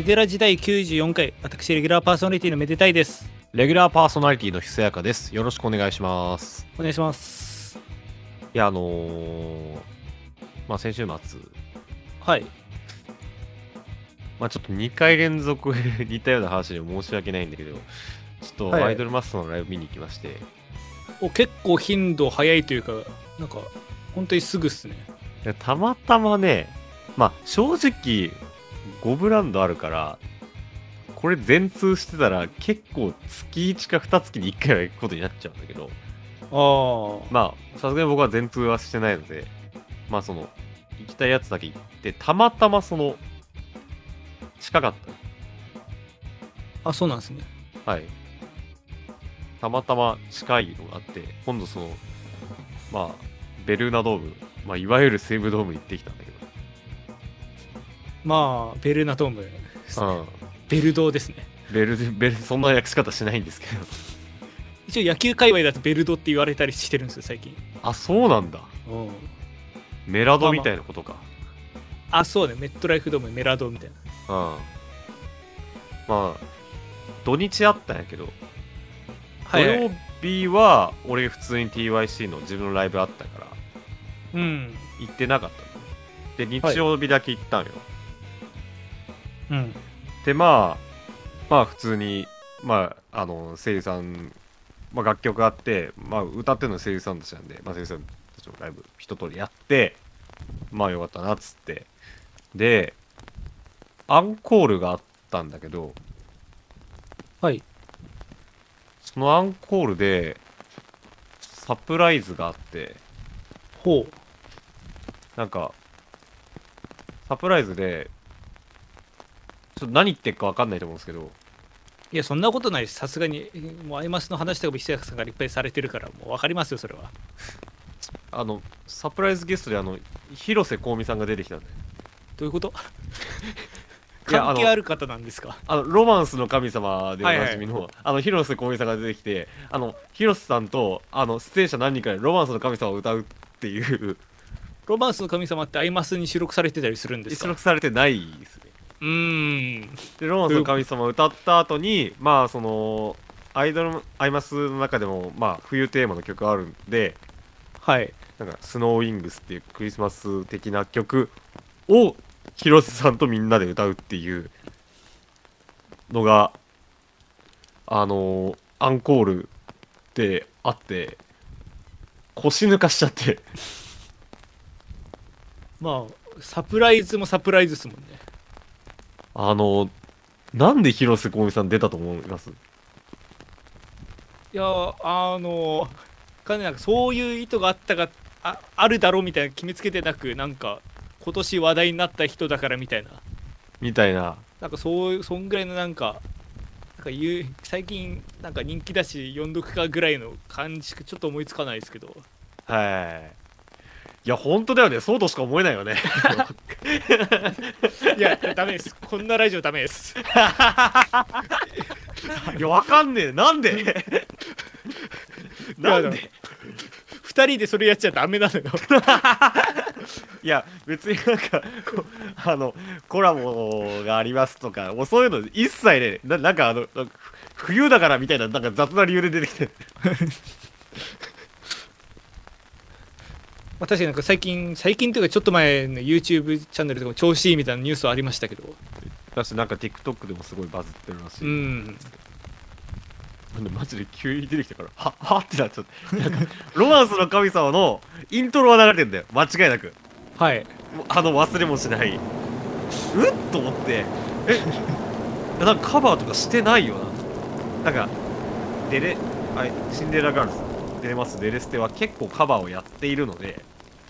デラ時代94回、私、レギュラーパーソナリティのめでたいです。 レギュラーパーソナリティのひそやかです。よろしくお願いします。 お願いします。 いや、先週末、 はい。 ちょっと2回連続似たような話で申し訳ないんだけど、ちょっとはいアイドルマスターのライブ見に行きまして、 結構頻度早いというか、なんか、本当にすぐっすね。 いやたまたまね、正直、5ブランドあるから、これ全通してたら結構月1か2月に1回は行くことになっちゃうんだけど、さすがに僕は全通はしてないので、行きたいやつだけ行って、たまたま近かっそうなんですね。 た。はい。たまたま近いのがあって、今度ベルーナドーム、いわゆる西武ドームに行ってきたんだけど。 ベルーナドームですね。ベルドーですね。 そんな訳し方しないんですけど。 一応野球界隈だとベルドって言われたりしてるんですよ、最近。 あ、そうなんだ。メラドみたいなことか。 そうね。メットライフドーム、メラドみたいな。 土日あったんやけど、 はい、 土曜日は俺普通に TYC の自分のライブあったから、行ってなかったの。で、日曜日だけ行ったんよ。で、普通に、声優さん、楽曲あって、歌ってるのは声優さんたちなんで、声優さんたちのライブ一通りやって、よかったなっつって。で、アンコールがあったんだけど、 はい。 そのアンコールで、サプライズがあって、サプライズで、ちょっと何言ってるか分かんないと思うんですけど、 いや、そんなことないです。さすがに、もうアイマスの話とかも久さんがいっぱいされてるから、もう分かりますよ、それは。 サプライズゲストで広瀬香美さんが出てきたんで。 どういうこと関係ある方なんですか？ ロマンスの神様でおなじみの、広瀬香美さんが出てきて、広瀬さんと、出演者何人かでロマンスの神様を歌うっていう。 ロマンスの神様ってアイマスに収録されてたりするんですか？ 収録されてないですね。で、ロマンスの神様を歌った後に、アイマスの中でも、冬テーマの曲あるんで、 はい。 スノーウィングスっていうクリスマス的な曲を、広瀬さんとみんなで歌うっていうのが、アンコールであって、腰抜かしちゃって。 サプライズもサプライズですもんね。 なんで広瀬香美さん出たと思います？ いや、そういう意図があったか、あるだろうみたいな決めつけてなく、今年話題になった人だからみたいな。そんぐらいの最近人気だし読んどくかぐらいの感じしかちょっと思いつかないですけど。 はい。いや、本当だよね。そうとしか思えないよね。 いや、ダメです。こんなラジオダメです。 いや、わかんねえ。なんでなんで 2人でそれやっちゃダメなのよ。 いや、別にコラボがありますとか、もうそういうの一切ね、冬だからみたいな、雑な理由で出てきて。 確かに最近というかちょっと前の YouTube チャンネルとかも調子いいみたいなニュースはありましたけど。 私TikTok でもすごいバズってるらしい。マジで急に出てきたから、はってなっちゃって。ロマンスの神様のイントロは流れてんだよ。間違いなく。 はい。 忘れもしない。と思って。カバーとかしてないよな。シンデレラガールズ。デレマスデレステは結構カバーをやっているので、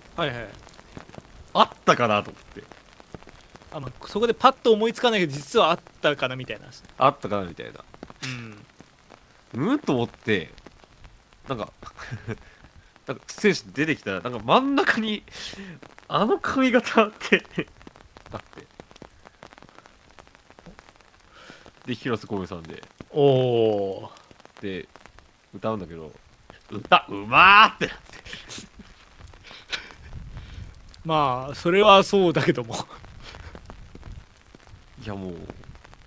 あったかなと思って。 そこでパッと思いつかないけど実はあったかなみたいな。 あったかなみたいな。と思って、選手出てきたら、真ん中に、髪型ってあって。で、広瀬香美さんで。で、歌うんだけど、うまーってなって。 それはそうだけども。 いやもう、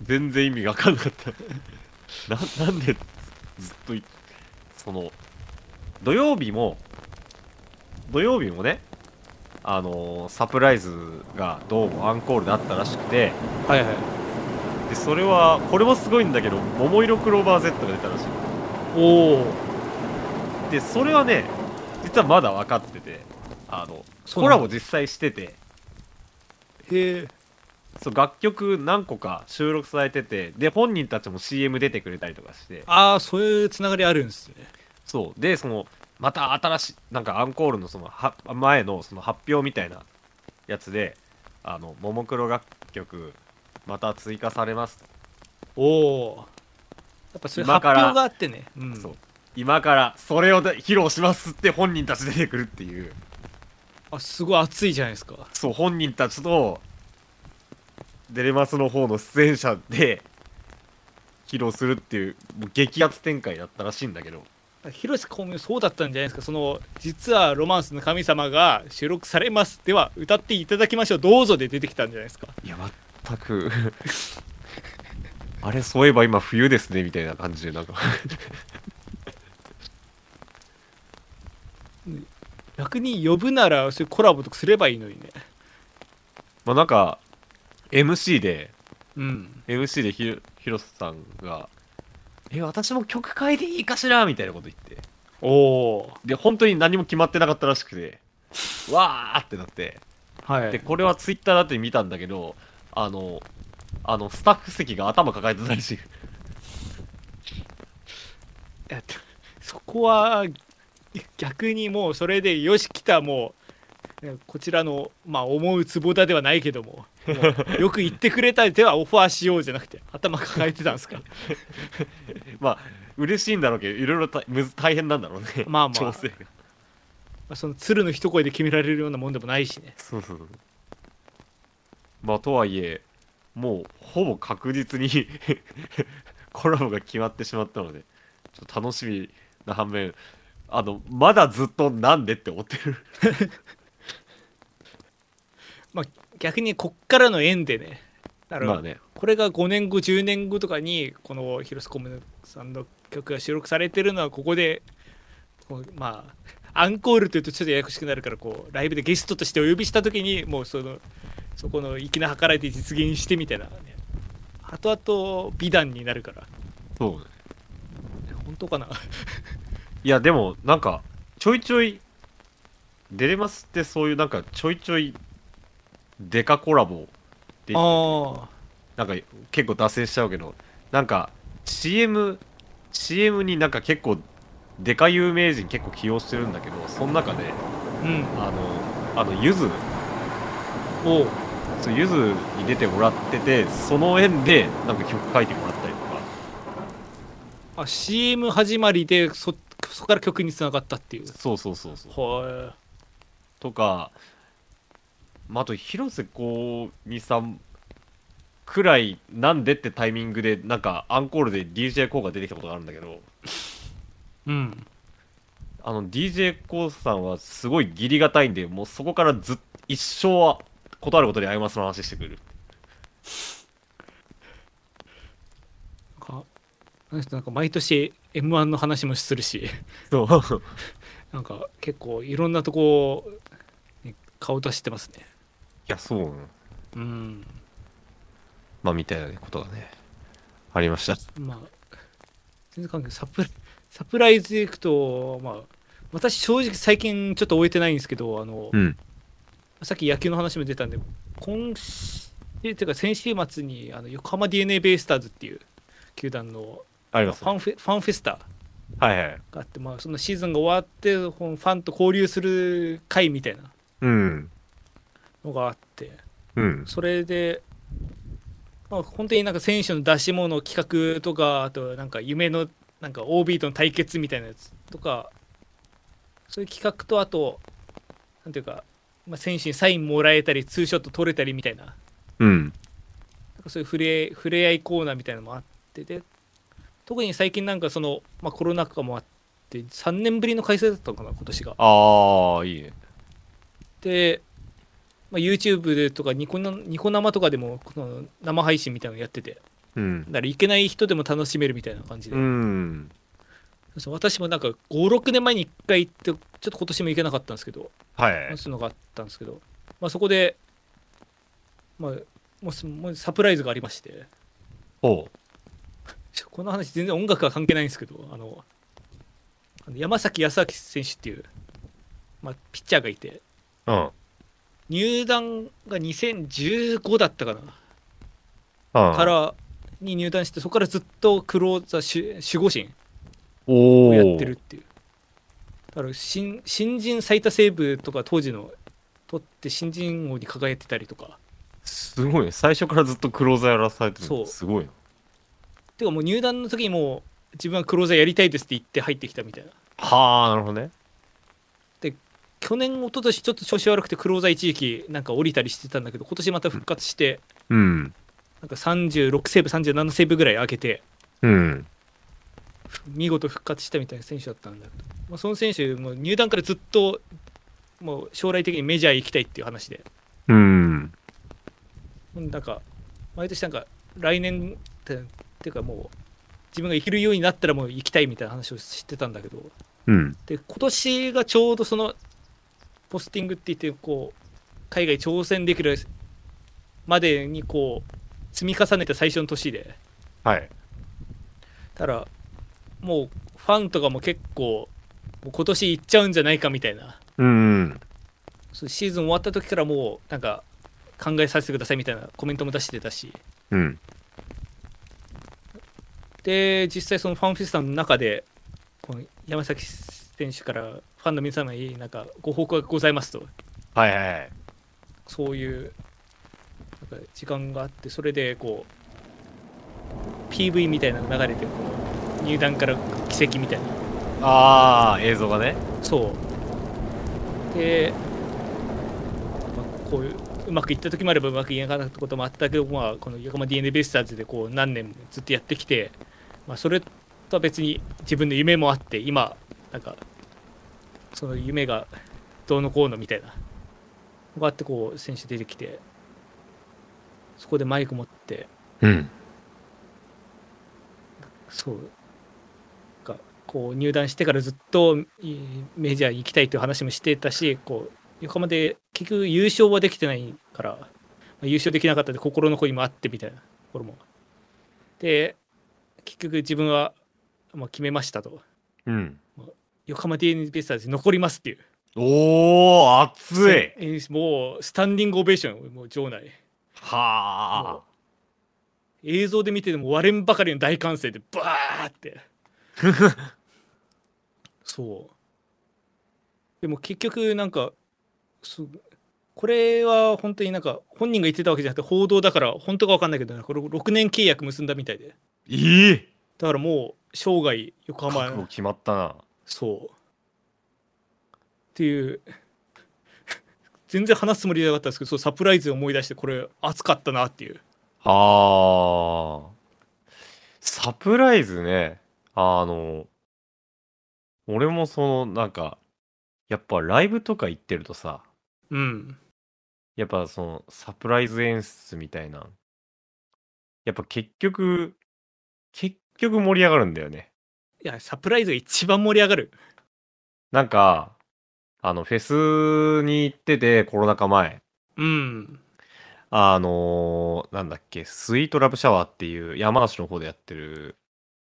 全然意味が分かんなかったなんでずっとその土曜日もね、サプライズがどうもアンコールであったらしくて、 はいはい。 でそれはこれもすごいんだけど、桃色クローバー Z が出たらしい。 おお、 でそれはね、実はまだ分かってて、 そうなんだ。 コラボ実際してて、 へえ。 そう楽曲何個か収録されてて、で本人たちも CM 出てくれたりとかして、 ああ、そういうつながりあるんですね。 そうでまた新しいなんかアンコールの前のその発表みたいなやつで、ももクロ楽曲また追加されます。 おお。やっぱそういう発表今から、 があってね。うそうん。 今からそれを披露しますって本人たち出てくるっていう。 あ、すごい熱いじゃないですか。 そう本人たちとデレマスの方の出演者で披露するっていう、もう激アツ展開だったらしいんだけど。 広瀬香美そうだったんじゃないですか。実はロマンスの神様が収録されます。では歌っていただきましょう。どうぞで出てきたんじゃないですか。 いや全くあれそういえば今冬ですねみたいな感じでなんか逆に呼ぶならそういうコラボとかすればいいのにね。 まあなんか MC でうん。 MC で広瀬さんが私も曲変えていいかしらみたいなこと言って、 おお。 で本当に何も決まってなかったらしくて、わーってなって、ではい。 これはツイッターだって見たんだけど、あのスタッフ席が頭抱えてたらしい。 いやそこは逆にもうそれでよし来たもうこちらのまあ思うつぼだではないけども、もうよく言ってくれたではオファーしようじゃなくて頭抱えてたんですか。 まあ嬉しいんだろうけど、いろいろ大変なんだろうねまあまあ、 調整が。 その鶴の一声で決められるようなもんでもないしね。 そうそうそう。まあとはいえ、もうほぼ確実にコラボが決まってしまったので、ちょっと楽しみな反面、まだずっとなんでって思ってる。 まあ逆にこっからの縁でね、だからまあね。 これが5年後10年後とかにこの広瀬香美さんの曲が収録されてるのはここでまあアンコールというとちょっとややこしくなるからライブでゲストとしてお呼びした時にもうそこの粋な計らいで実現してみたいなね、後々美談になるから。 そうね。 本当かな。 いや、でも、なんか、ちょいちょい、デレマスってそういうなんか、ちょいちょい、デカコラボで、 ああ、 なんか、結構脱線しちゃうけど、なんか、CM になんか結構、デカ有名人結構起用してるんだけど、その中で、 うん。 ゆず、 おう。 そうゆずに出てもらってて、その縁で、なんか曲書いてもらったりとか、 あ、CM 始まりでそこから曲につながったっていう。 そうそうそうそう。 はとか、まあ、あと、広瀬香美さんくらいなんでってタイミングでなんかアンコールで DJ コーが出てきたことがあるんだけど、 い。うん。 DJ コーさんはすごい義理がたいんで、もうそこから一生はことあることにアイマスの話してくる。 かあの人なんか毎年 M1 の話もするし、 そう。 なんか結構いろんなとこに顔出してますね。 いや、そうなの。 うん。 まあみたいなねことがねありました。 まあ全然関係ないサプライズでいくと、まあ私正直最近ちょっと終えてないんですけど、 うん。 さっき野球の話も出たんで、今週っていうか先週末に横浜 DNA ベイスターズっていう球団の、まあ、 ありますね。 ファンフェスタはいはい。 があって、まあ、そのシーズンが終わってファンと交流する会みたいなうん。 のがあって、 うん。 それで、まあ、本当になんか選手の出し物企画とか、あとなんか夢のなんか OB との対決みたいなやつとか、そういう企画と、あとなんていうか、まあ、選手にサインもらえたりツーショット撮れたりみたいな、 うん。 なんかそういう触れ合いコーナーみたいなのもあって、で特に最近なんかまあ、コロナ禍もあって3年ぶりの開催だったのかな今年が。 ああ、いいね。 で、まあ、YouTube でとかニコ生とかでもこの生配信みたいなのやってて、 うんだから行けない人でも楽しめるみたいな感じうで、 ん。 そう私もなんか5、6年前に1回行って、ちょっと今年も行けなかったんですけど、 はい。 そういうのがあったんですけど、まあ、そこで、まあ、もうサプライズがありまして、 ほこの話全然音楽は関係ないんですけど、山崎康晃選手っていう、まあ、ピッチャーがいて、 う。うん。 入団が2015だったかなかうん。 らに入団して、そこからずっとクローザー守護神をやっておお。 るっていう。だから新人最多セーブとか当時の取って新人王に輝いてたりとか、 すごいね。最初からずっとクローザーやらされてるの。 そう。 すごいな。 てかもう入団の時にもう自分はクローザーやりたいですって言って入ってきたみたいな。 はあ、なるほどね。 で、去年、一昨年ちょっと調子悪くてクローザー一時期なんか降りたりしてたんだけど、今年また復活して、 うん。 なんか36セーブ、37セーブぐらい上げて、 うん。 見事復活したみたいな選手だったんだけど、まあ、その選手も入団からずっともう将来的にメジャー行きたいっていう話で、 うん。 なんか毎年なんか来年っていうかもう自分が行けるようになったらもう行きたいみたいな話をしてたんだけど、 うん。 で今年がちょうどそのポスティングって言ってこう海外挑戦できるまでにこう積み重ねた最初の年で、 はい。 ただもうファンとかも結構もう今年行っちゃうんじゃないかみたいな、 うん。 そうシーズン終わった時からもうなんか考えさせてくださいみたいなコメントも出してたし、 うん。 で実際そのファンフェスタの中でこの山崎選手からファンの皆様になんかご報告がございますと、 はいはいはい。 そういうなんか時間があって、それでこう PV みたいなのが流れて、こう入団から奇跡みたいな、 ああ、映像がね。 そうで、まあ、こういううまくいった時もあればうまくいかなかったこともあったけど、まあ、この横浜 DNA ベイスターズでこう何年もずっとやってきて、まあ、それとは別に自分の夢もあって、今なんかその夢がどうのこうのみたいなのがあって、こう選手出てきて、そこでマイク持って、 うん。 そうかこう入団してからずっとメジャーに行きたいという話もしてたし、こう横浜で結局優勝はできてないから、まあ、優勝できなかったで心残りもあってみたいなところもで、結局自分はまあ決めましたと、 うん。 横浜 DNA ベイスターズに残りますっていう、 おー、熱い。 もうスタンディングオベーション、もう場内もうはあ。 映像で見てても割れんばかりの大歓声でバーってそうでも結局なんかこれは本当になんか本人が言ってたわけじゃなくて報道だから本当か分かんないけど、これ6年契約結んだみたいで、 いい。 だからもう生涯横浜、 覚悟決まったな。 そうっていう、全然話すつもりじゃなかったんですけど、そうサプライズを思い出して、これ熱かったなっていう。 はあ。サプライズね。俺もやっぱライブとか行ってるとさ、 うん。 やっぱそのサプライズ演出みたいな、やっぱ結局盛り上がるんだよね。 いやサプライズが一番盛り上がる。 なんか、フェスに行ってて、コロナ禍前。 うん。 なんだっけ、スイートラブシャワーっていう山梨の方でやってる、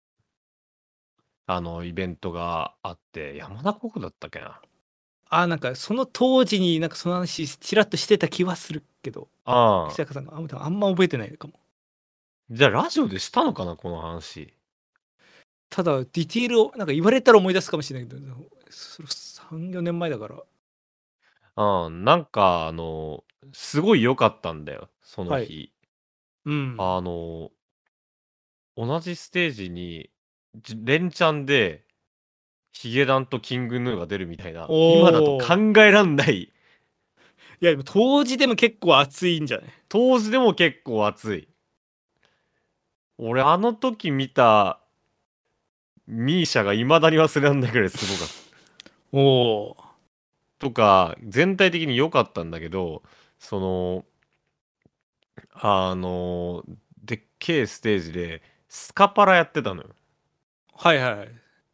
イベントがあって、山中湖だったっけな。 なんかその当時になんかその話ちらっとしてた気はするけど、 ああ。 久坂さんがあんま覚えてないかも。 じゃあラジオでしたのかな、この話。 ただディティールをなんか言われたら思い出すかもしれないけど、それ3、4年前だから。 うん、すごい良かったんだよ、そのはい。 日。 うん。 あの、同じステージに、連チャンで、ヒゲダンとキングヌーが出るみたいな、今だと考おお。 えらんない、 いやでも当時でも結構熱いんじゃない？ 当時でも結構熱い。俺、あの時見たミーシャが未だに忘れらんないくらいすごかった。 おお。 とか、全体的に良かったんだけど、その、あの、 でっけえステージでスカパラやってたのよ。 はいはい。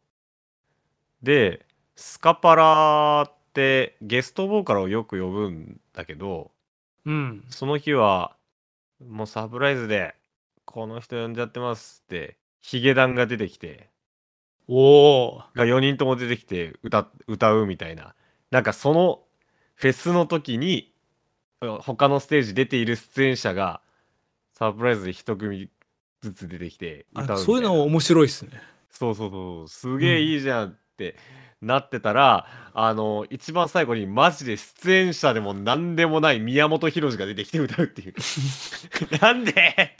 で、スカパラってゲストボーカルをよく呼ぶんだけど、 うん。 その日はもうサプライズでこの人呼んじゃってますってヒゲダンが出てきて、 おお。 が4人とも出てきて歌うみたいな。なんかそのフェスの時に他のステージ出ている出演者がサプライズで一組ずつ出てきてあ、 歌うみたいな。 そういうの面白いっすね。 そうそうそう、すうん。 げえいいじゃんってなってたら、一番最後にマジで出演者でも何でもない宮本浩次が出てきて歌うっていう。なんで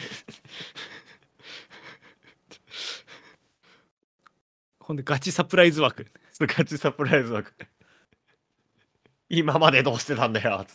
ほんでガチサプライズ枠。 ガチサプライズ枠。今までどうしてたんだよ、つって。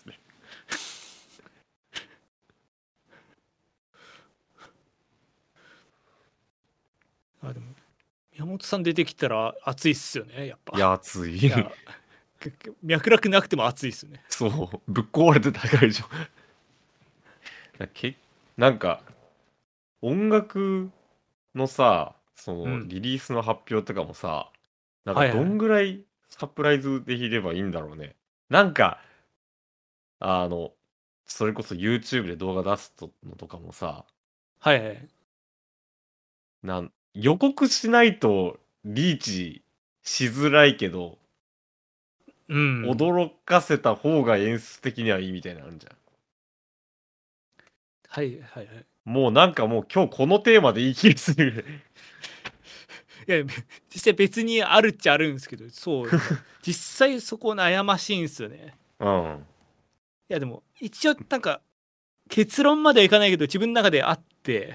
あ、でも宮本さん出てきたら熱いっすよね、やっぱ。 いや、熱い。 いや、脈絡なくても熱いっすよね。 そう、ぶっ壊れてたからでしょ。だけ、なんか、音楽のさ、その、 うん。 リリースの発表とかもさ、なんかどはいはい。 んぐらいサプライズできればいいんだろうね。なんか、あの、それこそ YouTube で動画出すのとかもさ、 はいはい。 予告しないとリーチしづらいけど、 うん。 驚かせた方が演出的にはいいみたいなのあるじゃん。 はいはいはい。 もうなんかもう今日このテーマでいい気がする。 いや、実際別にあるっちゃあるんですけど、そう、なんか、実際そこ悩ましいんすよね。 うん。 いや、でも、一応、なんか、結論まではいかないけど、自分の中であって、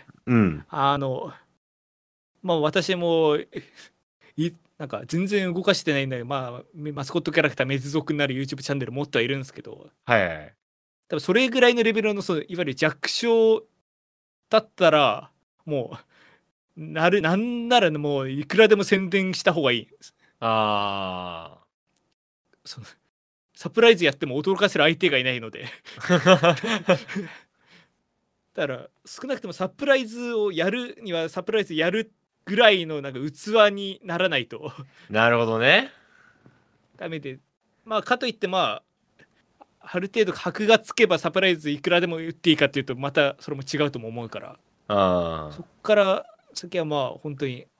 うん。 あの、まあ、私も、なんか、全然動かしてないんだけど、まあ、マスコットキャラクター、滅族になる YouTube チャンネル持ってはいるんですけど、 はいはい。 多分それぐらいのレベルの、そう、いわゆる弱小だったら、もなんならもう、いくらでも宣伝した方がいい。 あそのサプライズやっても驚かせる相手がいないのでー。 だから少なくともサプライズをやるにはサプライズやるぐらいのなんか器にならないとなるほどね。 ダメで、まあかといってまあある程度箔がつけばサプライズいくらでも打っていいかっていうとまたそれも違うとも思うから、そっああ。 から先はまあ本当に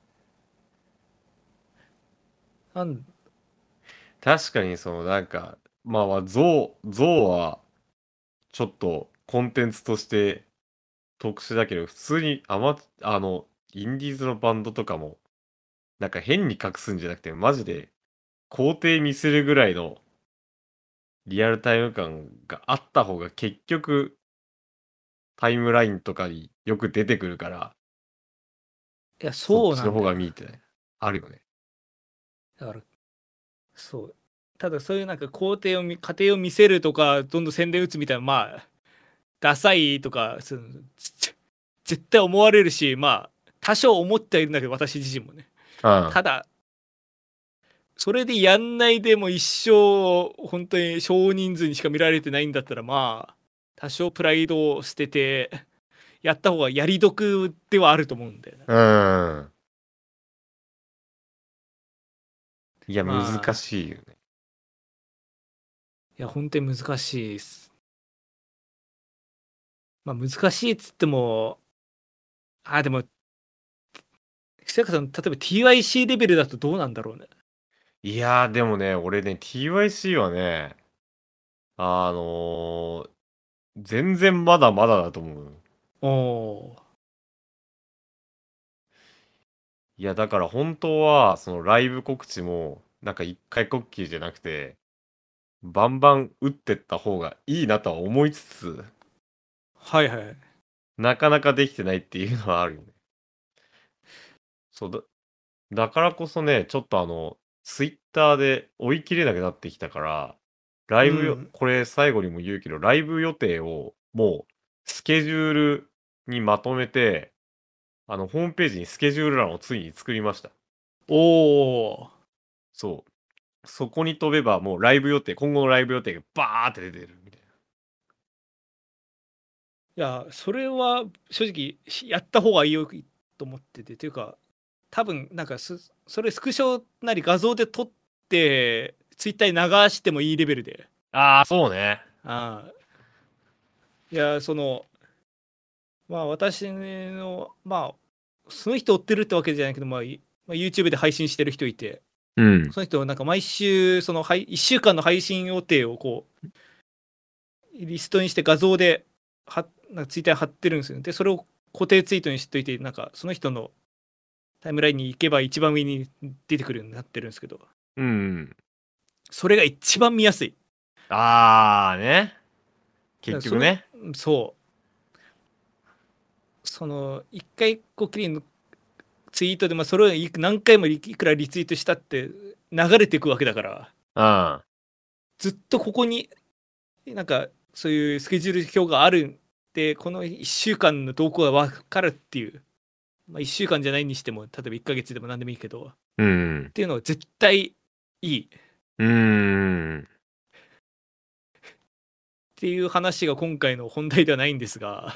なん確かにそのなんか、ゾウはちょっとコンテンツとして特殊だけど、普通にインディーズのバンドとかも、なんか変に隠すんじゃなくて、マジで工程見せるぐらいのリアルタイム感があった方が結局タイムラインとかによく出てくるから、 いやそっそうちの方がなんだよな。 見えてあるよね。 だからそうただそういうなんか過程を見せるとかどんどん宣伝打つみたいなまあダサいとか絶対思われるしまあ多少思ってはいるんだけど私自身もね、 うん。 ただそれでやんないでも一生本当に少人数にしか見られてないんだったらまあ多少プライドを捨ててやった方がやり得ではあると思うんだよね。 うん。いや、難まあしいよね。 いや本当に難しいです。まあ難しいっつってもでも久坂さん例えば TYC レベルだとどうなんだろうね。 いやー、でもね、俺ね、TYC はね、あのー全然まだまだだと思う。 おおー。 いや、だから本当は、そのライブ告知も、なんか一回こっきりじゃなくて、バンバン打ってった方がいいなとは思いつつ、 はいはい。 なかなかできてないっていうのはあるよね。そうだからこそね、ちょっとツイッターで追い切れなくなってきたから、 うんこれ最後にも言うけど、ライブ予定をもうスケジュールにまとめて、ホームページにスケジュール欄をついに作りました。 おお。 そう。そこに飛べばもうライブ予定、今後のライブ予定がバーって出てるみたいな。 いやそれは正直やった方がいいよと思ってて、というか多分なんかそれスクショなり画像で撮ってツイッターに流してもいいレベルで、 ああ、そうね。 ああ、いやまあ私のまあその人追ってるってわけじゃないけど、YouTube で配信してる人いて、 うん。 その人なんか毎週その1週間の配信予定をこうリストにして画像でなんかツイッターに貼ってるんですよ。でそれを固定ツイートにしといて、なんかその人のタイムラインに行けば一番上に出てくるようになってるんですけど、 うん。 それが一番見やすい。 ああ、ね。 だからその結局ね。 その一回こっきりのツイートで、それを何回もいくらリツイートしたって流れていくわけだから、 うん。 ずっとここになんかそういうスケジュール表があるんで、この1週間の動向が分かるっていう、1週間じゃないにしても例えば1ヶ月でも何でもいいけどっうん。 ていうのは絶対いいっうーん。 ていう話が今回の本題ではないんですが、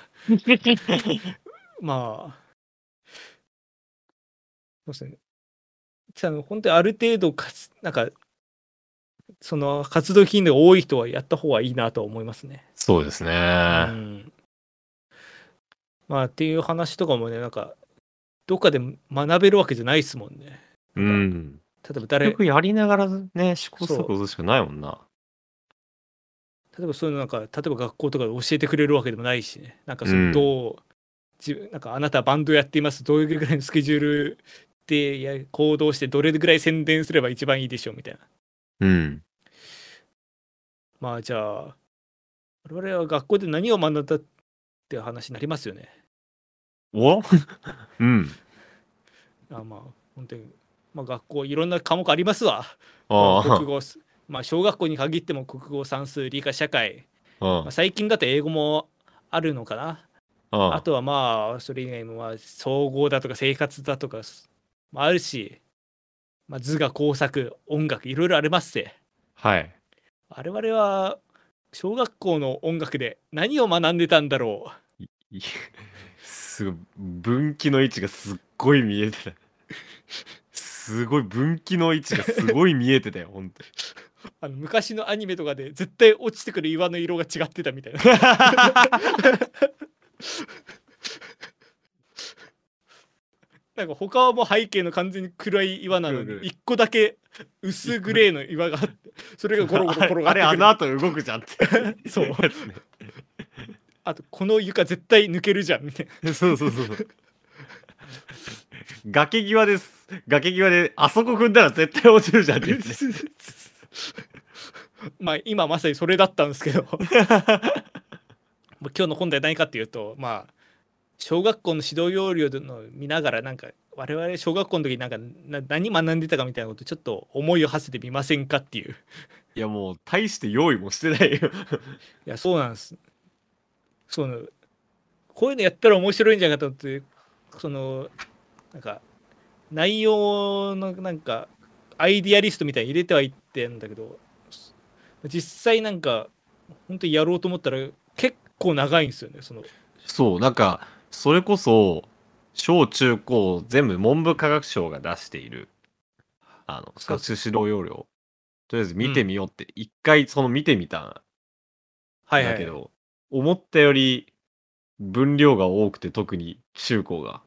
まあそうですね、本当にある程度なんかその活動頻度が多い人はやった方がいいなと思いますね。 そうですうね。 ん。っていう話とかもね、なんかどっかで学べるわけじゃないですもんね。 うなんかん。 例えば結局やりながらね、試行錯そ誤するしかないもんな。 例えばそういうのなんか例えば学校とかで教えてくれるわけでもないしね。なんかそのうん。 なんかあなたはバンドやっています、どういうぐらいのスケジュールで行動してどれぐらい宣伝すれば一番いいでしょうみたいな。 うん。 じゃあ我々は学校で何を学んだって話になりますよね。 おうん。 本当に学校いろんな科目ありますわ。国あ語、小学校に限っても国語、算数、理科、社会、 あ。 最近だと英語もあるのかな。ああとはそれ以外も総合だとか生活だとかあるし、図画工作音楽いろいろありますせ。 はい。 我々は小学校の音楽で何を学んでたんだろい分岐の位置がすっごい見えてた。すごい、分岐の位置がすごい見えてたよ、ほんとに。 う。昔のアニメとかで絶対落ちてくる岩の色が違ってたみたいな。なんか他はもう背景の完全に暗い岩なのにわかるわかる。 一個だけ薄グレーの岩があって、それがゴロゴロ転があれ、 ってくる。 あの後動くじゃんってそう。 やつね。 あとこの床絶対抜けるじゃんみたいな。 そうそうそうそう。崖際です。崖際で、あそこ踏んだら絶対落ちるじゃんってやつね。 今まさにそれだったんですけど、今日の本題は何かっていうと、小学校の指導要領の見ながら、なんか我々小学校の時になんか何学んでたかみたいなことちょっと思いを馳せてみませんかっていう。 いやもう、大して用意もしてないよ。 いやそうなんです。こういうのやったら面白いんじゃないかと思って、そのなんか内容のなんかアイディアリストみたいに入れてはいってんだけど、実際なんか本当にやろうと思ったら結構長いんですよね。 そう、なんか、それこそ、小中高全部文部科学省が出している、 そうです。 学習指導要領、とりあえず見てうん。 みようって、一回その見てみたんはいはいはい。 だけど、思ったより分量が多くて、特に中高が。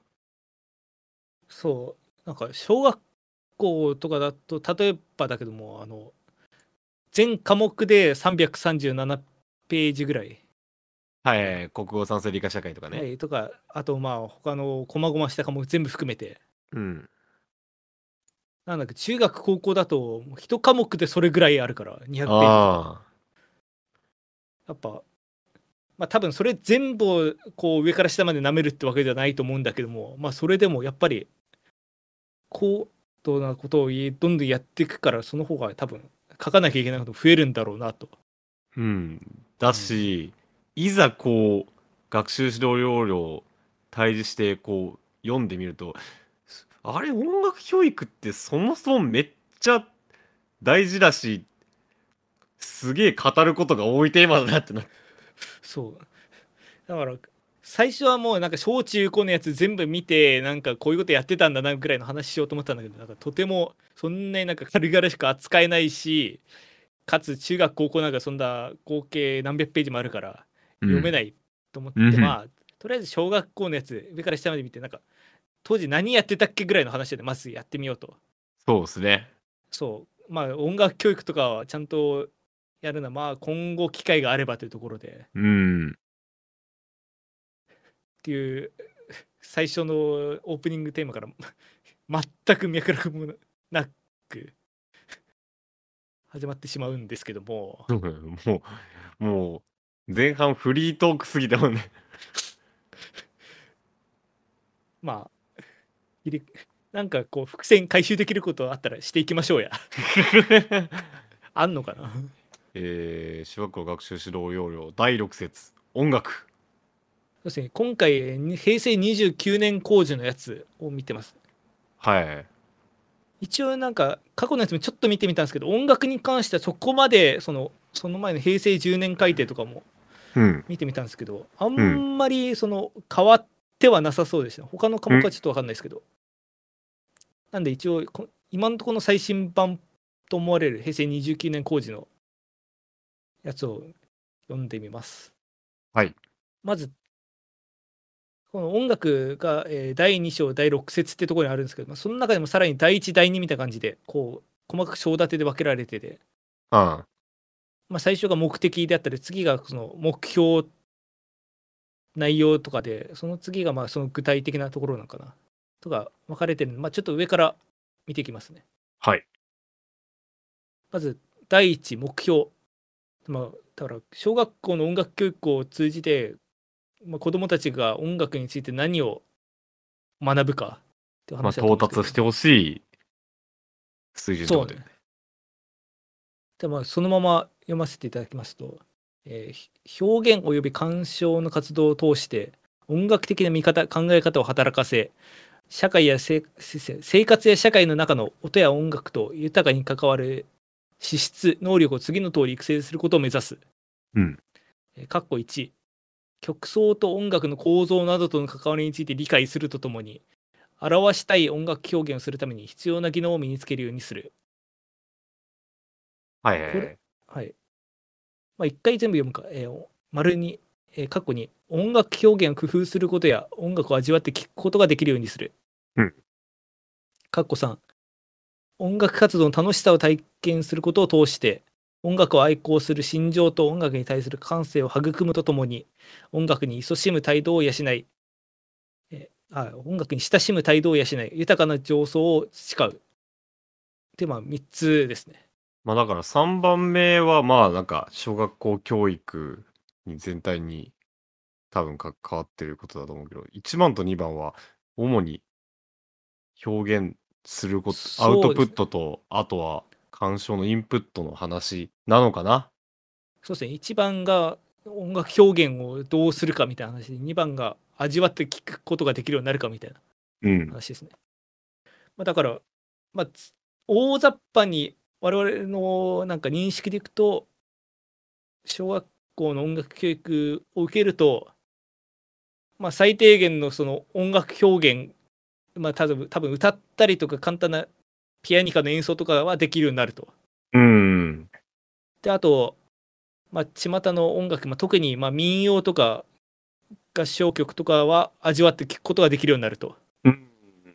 なんか小学校とかだと例えばだけども、全科目で337ページぐらい、 はい、国語、算数、理科、社会とかね。 はい、とか、あと他の細々した科目全部含めて、 うん。 なんだっけ、中学高校だと1科目でそれぐらいあるから200ページとか。 ああ、 やっぱ多分それ全部をこう上から下まで舐めるってわけじゃないと思うんだけども、それでもやっぱり高度なことをどんどんやっていくから、その方が多分書かなきゃいけないこと増えるんだろうなと。 うん。だうん、 し、いざこう、学習指導要領対峙して、こう、読んでみると、あれ、音楽教育ってそもそもめっちゃ大事だし、すげえ語ることが多いテーマだなってな。 そうだから最初はもうなんか小中高のやつ全部見てなんかこういうことやってたんだなぐらいの話しようと思ったんだけど、なんかとてもそんなになんか軽々しく扱えないし、かつ中学高校なんかそんな合計何百ページもあるから読めないと思って、 うん。 まあとりあえず小学校のやつ上から下まで見て、なんか当時何やってたっけぐらいの話でまずやってみようと。 そうですね。 そうまあ音楽教育とかはちゃんとやるのはまあ今後機会があればというところでうん。 っていう最初のオープニングテーマから全く脈絡もなく始まってしまうんですけども、 もう、前半フリートークすぎたもんね。 まあなんかこう伏線回収できることあったらしていきましょうや。あんのかな。 小学校学習指導要領第6節、音楽。 そして今回平成29年工事のやつを見てます。 はい。 一応なんか過去のやつもちょっと見てみたんですけど、音楽に関してはそこまでその前の平成10年改定とかもうん。 見てみたんですけど、あうん。 んまり変わってはなさそうでした。他の科目はちょっと分かんないですけど、なんで一応今のところの最新版と思われる平成29年工事のやつを読んでみます。 はい。 まずこの音楽が、第2章第6節ってところにあるんですけど、まあ、その中でもさらに第1第2みたいな感じでこう細かく章立てで分けられてて、 あまあ、最初が目的であったり次がその目標内容とかで、その次がまあその具体的なところなのかなとか分かれてるので、まあ、ちょっと上から見ていきますね。 はい。 まず第一目標、まあ、だから小学校の音楽教育を通じて、まあ、子どもたちが音楽について何を学ぶかっていうまあ、 話だと思到うんですけど、 達してほしい水準ってそうね。 ことだよね。 でまあそのまま読ませていただきますと、表現及び鑑賞の活動を通して音楽的な見方考え方を働かせ、社会や生活や社会の中の音や音楽と豊かに関わる資質能力を次の通り育成することを目指す。 うん。 括弧1、曲奏と音楽の構造などとの関わりについて理解するとともに、表したい音楽表現をするために必要な技能を身につけるようにする。これ、 はいはいはい。 はい。まあ、一回全部読むか。丸に、括弧に、音楽表現を工夫することや音楽を味わって聴くことができるようにする。 うん。 括弧3、音楽活動の楽しさを体験することを通して、音楽を愛好する心情と音楽に対する感性を育むとともに、音楽に勤しむ態度を養い、音楽に親しむ態度を養い、豊かな情操を培う。で、まあ、3つですね。 まあだから3番目はまあなんか小学校教育に全体に多分関わってることだと思うけど、1番と2番は主に表現すること、アウトプッそうですね。 トと、あとは鑑賞のインプットの話なのかな。 そうですね。1番が音楽表現をどうするかみたいな話で、2番が味わって聴くことができるようになるかみたいなうん。 話ですね。まあ、だから、まあ、大雑把に我々のなんか認識でいくと、小学校の音楽教育を受けると、まあ、最低限のその音楽表現、まあ、多分歌ったりとか簡単なピアニカの演奏とかはできるようになると。 うん。 で、あと、まあ、巷の音楽、まあ、特にまあ民謡とか合唱曲とかは味わって聴くことができるようになると。 うん。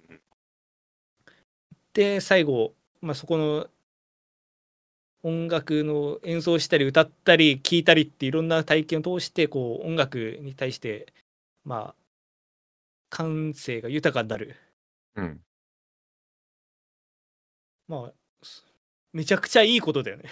で、最後、まあ、そこの音楽の演奏したり歌ったり聴いたりっていろんな体験を通してこう音楽に対してまあ感性が豊かになる。 うん。 まあめちゃくちゃいいことだよね。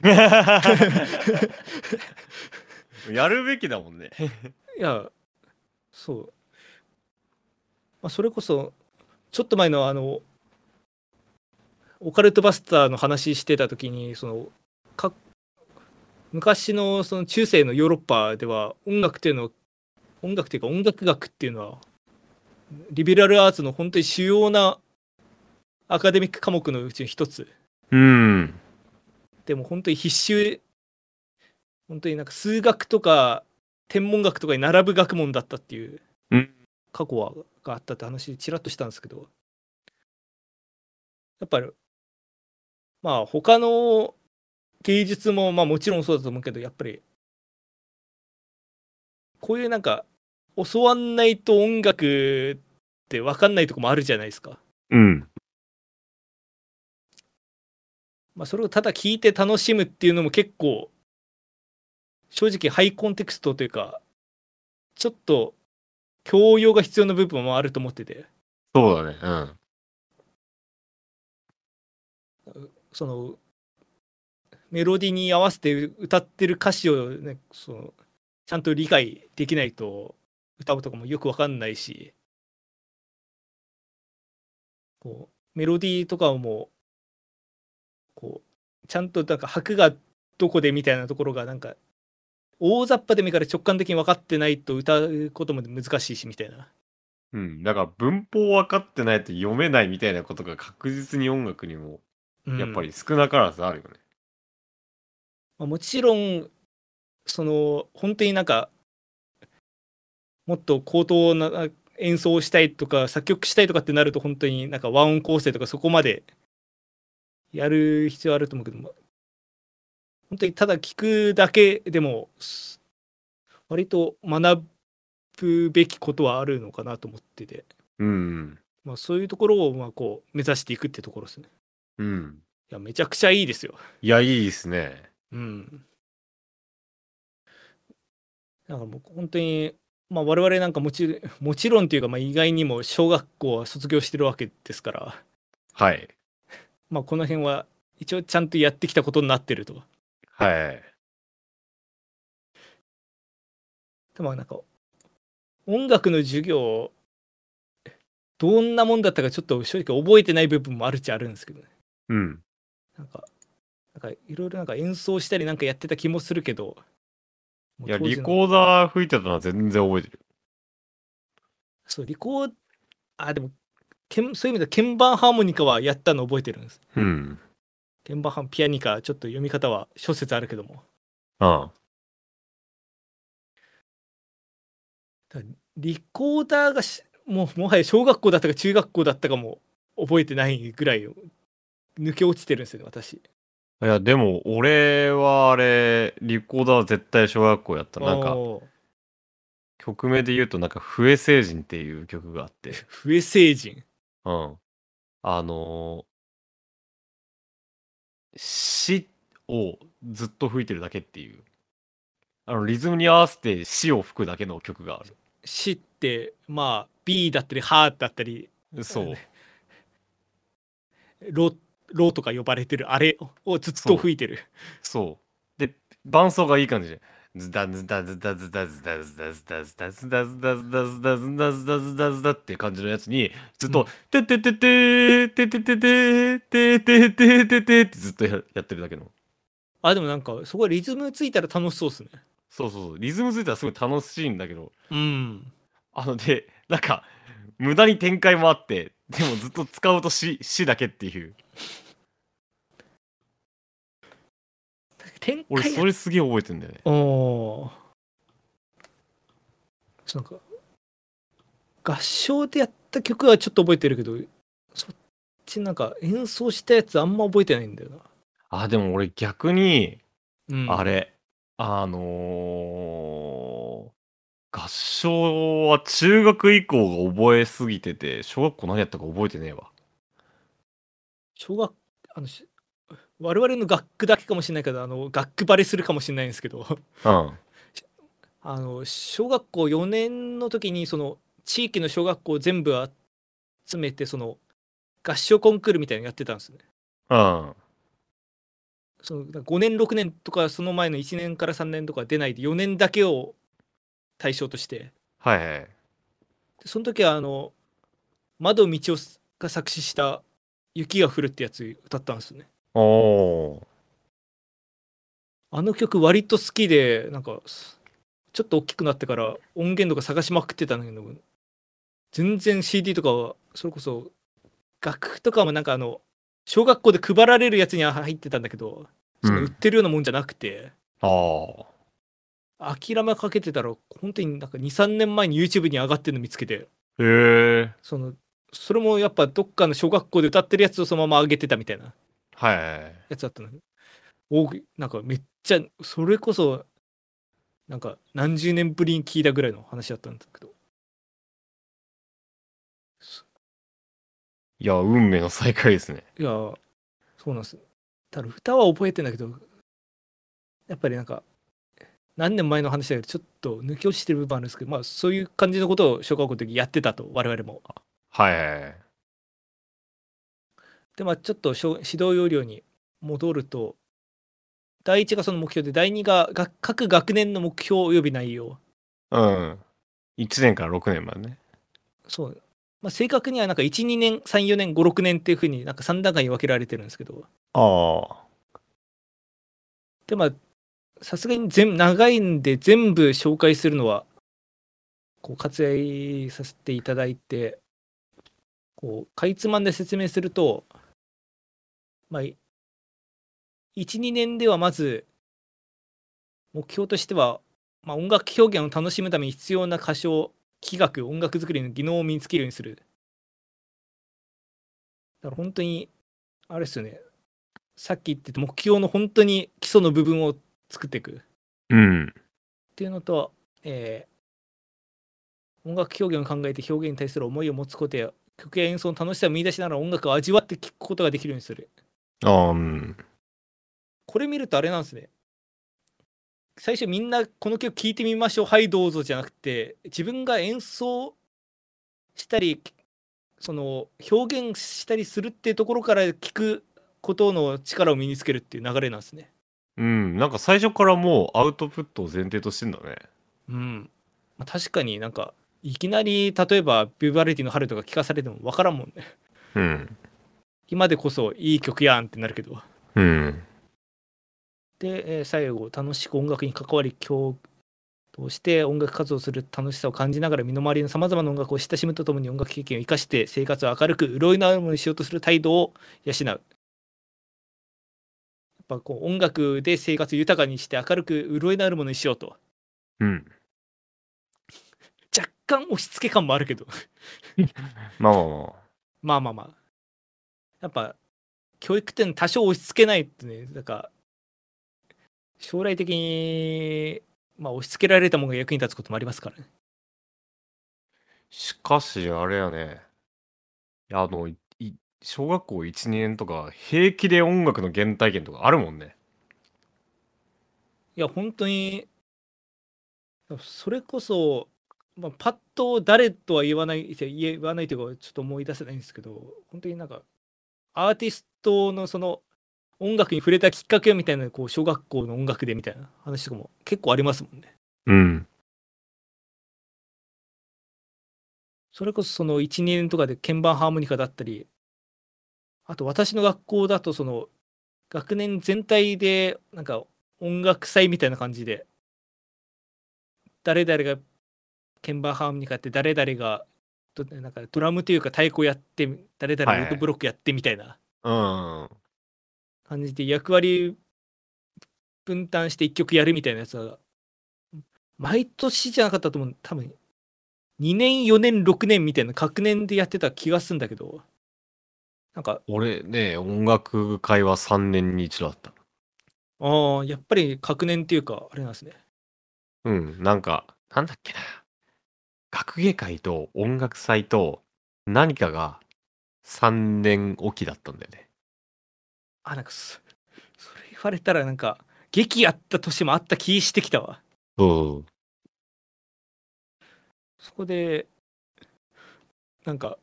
やるべきだもんね。 いや、そう。まあ、それこそちょっと前のオカルトバスターの話してた時に昔のその中世のヨーロッパでは音楽っていうの音楽っていうか音楽学っていうのはリベラルアーツの本当に主要なアカデミック科目のうちの一つうん。 でも本当に必修、本当になんか数学とか天文学とかに並ぶ学問だったっていううん過去があったって話ちらっとしたんですけど、やっぱりまあ他の芸術もまあもちろんそうだと思うけど、やっぱりこういうなんか教わんないと音楽って分かんないとこもあるじゃないですか。 うんまあそれをただ聞いて楽しむっていうのも結構正直ハイコンテクストというか、ちょっと教養が必要な部分もあると思ってて、 そうだね。うんそのメロディーに合わせて歌ってる歌詞をね、ちゃんと理解できないと歌うとかもよく分かんないし、こうメロディーとかもこうちゃんとなんか拍がどこでみたいなところがなんか大雑把でもいいから直感的に分かってないと歌うことも難しいしみたいな。 うん。だから文法分かってないと読めないみたいなことが確実に音楽にもうん、 やっぱり少なからずあるよね。 まあもちろん本当になんかもっと高等な演奏をしたいとか作曲したいとかってなると本当になんか和音構成とかそこまでやる必要あると思うけども、本当にただ聞くだけでも割と学ぶべきことはあるのかなと思ってて、 うんまあ、そういうところをまあこう目指していくってところですね。 うんいやめちゃくちゃいいですよ。 いや、いいですね。 うん。なんかもう本当にまあ我々なんかもちろんっていうか、まあ意外にも小学校は卒業してるわけですから、 はい。 まあこの辺は一応ちゃんとやってきたことになってると。 はい。 でもなんか音楽の授業どんなもんだったかちょっと正直覚えてない部分もあるっちゃあるんですけどね。 うん。 なんかいろいろなんか演奏したりなんかやってた気もするけど、もいや、 う当時のリコーダー吹いてたのは全然覚えてる。 そうでもそういう意味では鍵盤ハーモニカはやったの覚えてるんです。 うん。 鍵盤ハーモピアニカちょっと読み方は諸説あるけども、 あだからリコーダーがもはや小学校だったか中学校だったかも覚えてないぐらい抜け落ちてるんですよね私。 あ。いや、でも、俺はあれ、リコーダーは絶対小学校やった。なんか、 お曲名で言うと、なんか、笛星人っていう曲があって、 笛星人。 うん。あの死をずっと吹いてるだけっていう、リズムに合わせて死を吹くだけの曲がある。 死ってまあ B だったりハーだったりそう。 ロロとか呼ばれてるあれをずっとそう。 吹いてる。 そう。で、伴奏がいい感じで。ズダズダズダズダズダズダズダズダズダズダズダズダズダズダズダズダっていう感じのやつに、ずっと、てててててててててててててってずっとやってるだけの。 あでもなんかそこリズムついたら楽しそうっすね。 そうそうそう。リズムついたらすごい楽しいんだけど、 うん。 で、なんか、無駄に展開もあって、でもずっと使うと死だけっていう。俺、 展開それすげえ覚えてんだよね。 おなんか合唱でやった曲はちょっと覚えてるけど、そっちなんか演奏したやつあんま覚えてないんだよな。 あ、でも俺逆に、 うん、 あれ、合唱は中学以降が覚えすぎてて、小学校何やったか覚えてねえわ。 小学あのし我々の学区だけかもしれないけど学区バレするかもしれないんですけどうん。 小学校4年の時にその地域の小学校を全部集めてその合唱コンクールみたいなのやってたんですね。 うん。 その5年6年とかその前の1年から3年とか出ないで4年だけを対象として、 はいはい。 でその時は窓道夫が作詞した「雪が降る」ってやつ歌ったんですよね。 おー。 あの曲割と好きでなんかちょっと大きくなってから音源とか探しまくってたんだけど、全然 CD とかはそれこそ楽譜とかもなんか小学校で配られるやつには入ってたんだけど、その売っうん。 てるようなもんじゃなくて、 ああ。 諦めかけてたら本当になんか23年前に YouTube に上がってるの見つけて、 へえ。 それもやっぱどっかの小学校で歌ってるやつをそのまま上げてたみたいなはい。 やつだったの。なんかめっちゃそれこそなんか何十年ぶりに聞いたぐらいの話だったんだけど、 いや、運命の再会ですね。 いやそうなんです。ただ歌は覚えてんだけど、やっぱりなんか何年前の話だけどちょっと抜け落ちてる部分あるんですけど、まあそういう感じのことを小学校の時やってたと、我々も。 はい。 でまあちょっと指導要領に戻ると、第1がその目標で、第2が各学年の目標及び内容。 うん。1年から6年までね。 そう、まあ、正確にはなんか1、2年、3、4年、5、6年っていうふうになんか3段階に分けられてるんですけど、 ああ。 でまあさすがに長いんで全部紹介するのはこう割愛させていただいて、こうかいつまんで説明すると、まあ、1、2年ではまず目標としては、まあ、音楽表現を楽しむために必要な歌唱、器楽、音楽作りの技能を身につけるようにする。だから本当にあれですよね、さっき言ってた目標の本当に基礎の部分を作っていくっうん。 ていうのと、音楽表現を考えて表現に対する思いを持つことや曲や演奏の楽しさを見出しながら音楽を味わって聴くことができるようにする。 ああ、うん。 これ見るとあれなんですね。最初みんなこの曲聴いてみましょう、はいどうぞじゃなくて、自分が演奏したりその表現したりするっていうところから聞くことの力を身につけるっていう流れなんですね。 うん。なんか最初からもうアウトプットを前提としてんだね。 うん。まあ、確かになんかいきなり例えばビバレディの春とか聞かされても分からんもんね。 うん。 今でこそいい曲やんってなるけど。 うん。 で、最後楽しく音楽に関わり共同して音楽活動する楽しさを感じながら身の回りのさまざまな音楽を親しむとともに音楽経験を生かして生活を明るく潤いのあるものにしようとする態度を養う。やっぱこう音楽で生活を豊かにして明るく潤いのあるものにしようと。 うん。 若干押し付け感もあるけどまあまあまあ。 まあまあまあ、やっぱ教育って多少押し付けないってね、なんか将来的にまあ押し付けられたものが役に立つこともありますからね。 しかし、あれやね。いや、小学校1、2年とか、平気で音楽の原体験とかあるもんね。 いや本当にそれこそ、まあ、パッと誰とは言わないというかちょっと思い出せないんですけど、本当になんかアーティストのその音楽に触れたきっかけみたいな、こう小学校の音楽でみたいな話とかも結構ありますもんね。 うん。 それこそその1、2年とかで鍵盤ハーモニカだったり、あと私の学校だとその学年全体でなんか音楽祭みたいな感じで、誰々が鍵盤ハーモニカやって誰々がなんかドラムというか太鼓やって誰々 はいはい。 がウッドブロックやってみたいなうん。 感じで役割分担して1曲やるみたいなやつは毎年じゃなかったと思う。多分2年4年6年みたいな学年でやってた気がするんだけど、なんか俺ね、音楽会は3年に一度だった。 やっぱり学年っていうかあれなんですね。 うん。なんか、なんだっけな。学芸会と音楽祭と何かが3年おきだったんだよね。 なんかそれ言われたらなんか劇やった年もあった気してきたわ。 そう。 そこでなんか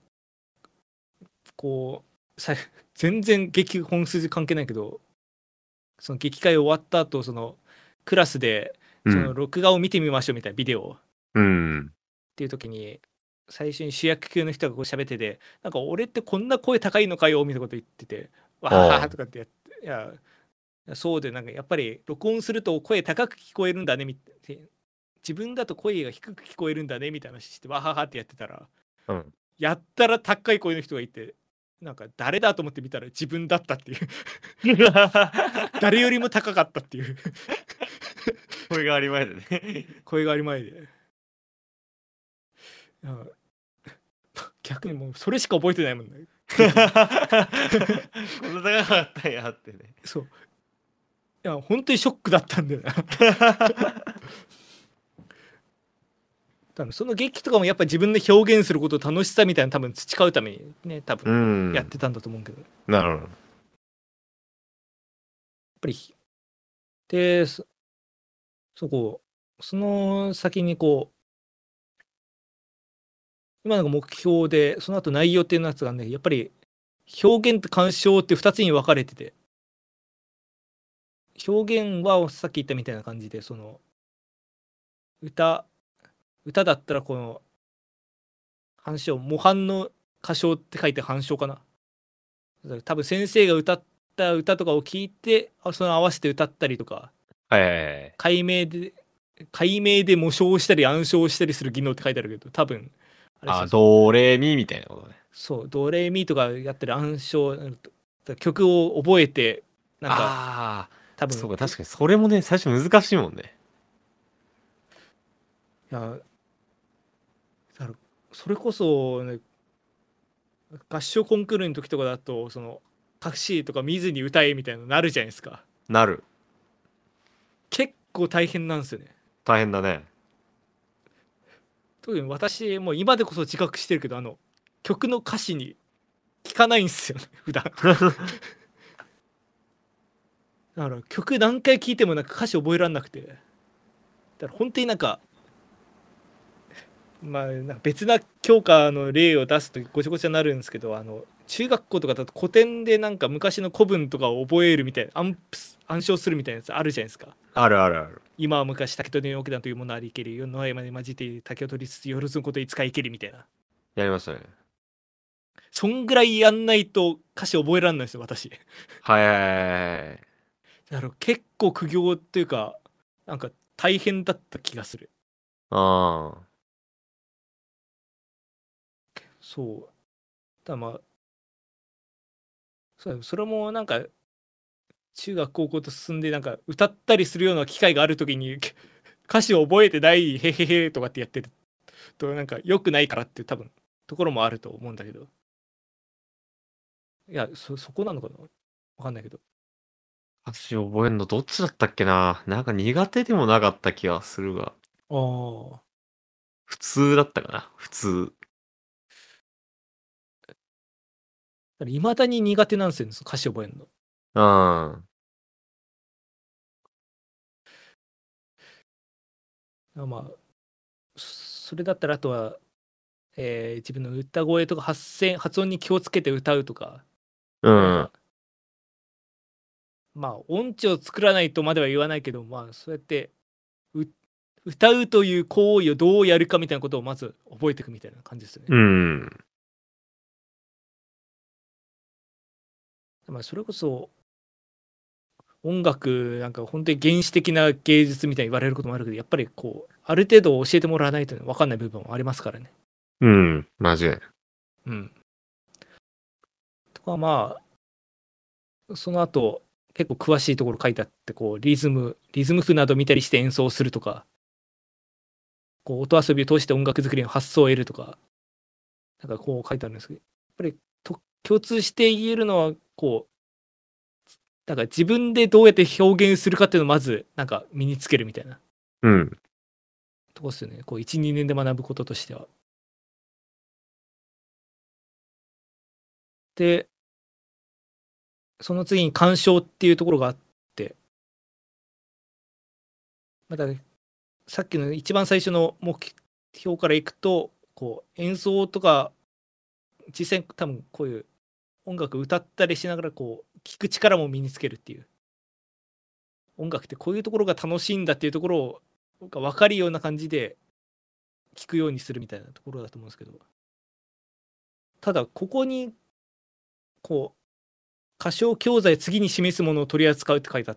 こう全然劇本筋関係ないけど、その劇会終わった後そのクラスでそのうん。 録画を見てみましょうみたいなビデオっうん。 ていう時に最初に主役級の人がこう喋ってて、なんか俺ってこんな声高いのかよみたいなこと言ってて、わははああ。 はとかってやって、いやそうで、なんかやっぱり録音すると声高く聞こえるんだね自分だと声が低く聞こえるんだねみたいな話してわははってやってたら、 うん。 やったら高い声の人がいて、なんか誰だと思って見たら自分だったっていう誰よりも高かったっていう声があり前でね。 声があり前で。いや逆にもうそれしか覚えてないもんね。 こんな高かったんやってね。 そう。いや、本当にショックだったんだよな。多分その劇とかもやっぱ自分で表現すること楽しさみたいな多分培うためにね、多う分ん。 やってたんだと思うけど。やっなるほど。 ぱり、で、その先にこう、今のが目標で、その後内容っていうやつがね、やっぱり表現と鑑賞って2つに分かれてて、表現はさっき言ったみたいな感じで、その歌だったらこの反唱、模範の歌唱って書いて反唱かな。だから多分先生が歌った歌とかを聞いて、その合わせて歌ったりとか、 はいはいはい。 解明で模唱したり暗唱したりする技能って書いてあるけど、多分あれですあ、 よ、 ドレミみたいなことね。 そうドレミとかやってる暗唱、曲を覚えてなんかああ、そう多分か、確かにそれもね、最初難しいもんね。 いやだからそれこそ、ね、合唱コンクールの時とかだとそのタクシーとか見ずに歌えみたいなのなるじゃないですか。 なる。 結構大変なんですよね。 大変だね。 特に私もう今でこそ自覚してるけど、曲の歌詞に聞かないんですよね普段。だから曲何回聴いてもなんか歌詞覚えられなくて、だから本当になんか、まあなんか別な教科の例を出すとごちゃごちゃになるんですけど、中学校とかだと古典でなんか昔の古文とかを覚えるみたいな、暗唱するみたいなやつあるじゃないですか。 あるあるある。 今は昔竹取の桶だというものありけり、世の山に混じって竹を取りつつよろずのこといつかいけりみたいな。 やりましたね。 そんぐらいやんないと歌詞覚えらんないですよ私。 はいはいはいはい。 だから結構苦行っていうか、なんか大変だった気がする。 ああ。 そう。まあ、それもなんか中学高校と進んでなんか歌ったりするような機会があるときに歌詞を覚えてないへへへとかってやってるとなんか良くないからっていう多分ところもあると思うんだけど。いや、そこなのかな、わかんないけど。 歌詞覚えんのどっちだったっけな。なんか苦手でもなかった気がするが。 ああ。 普通だったかな。普通。 いまだに苦手なんですよね、その歌詞覚えるの。 うん。 まあ、それだったらあとは、自分の歌声とか発音に気をつけて歌うとか、 うん。 なんか、まあ、音痴を作らないとまでは言わないけど、まあ、そうやってう歌うという行為をどうやるかみたいなことをまず覚えていくみたいな感じですよね。 うん。 まあ、それこそ音楽なんか本当に原始的な芸術みたいに言われることもあるけど、やっぱりこうある程度教えてもらわないと分かんない部分もありますからね。 うん。間違いない。 うん。とかまあその後結構詳しいところ書いてあって、こうリズム譜など見たりして演奏するとか、こう音遊びを通して音楽作りの発想を得るとか、なんかこう書いてあるんですけど、やっぱり共通して言えるのはこう、だから自分でどうやって表現するかっていうのをまずなんか身につけるみたいなうん。 とこですよね。こう1、2年で学ぶこととしては。で、その次に鑑賞っていうところがあって、また、さっきの一番最初の目標からいくと、こう演奏とか実際に多分こういう音楽歌ったりしながらこう聞く力も身につけるっていう、音楽ってこういうところが楽しいんだっていうところをが分かるような感じで聞くようにするみたいなところだと思うんですけど、ただここにこう歌唱教材次に示すものを取り扱うって書いてあって、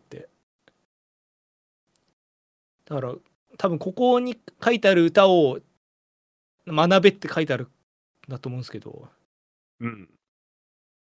だから多分ここに書いてある歌を学べって書いてあるんだと思うんですけど、 うん。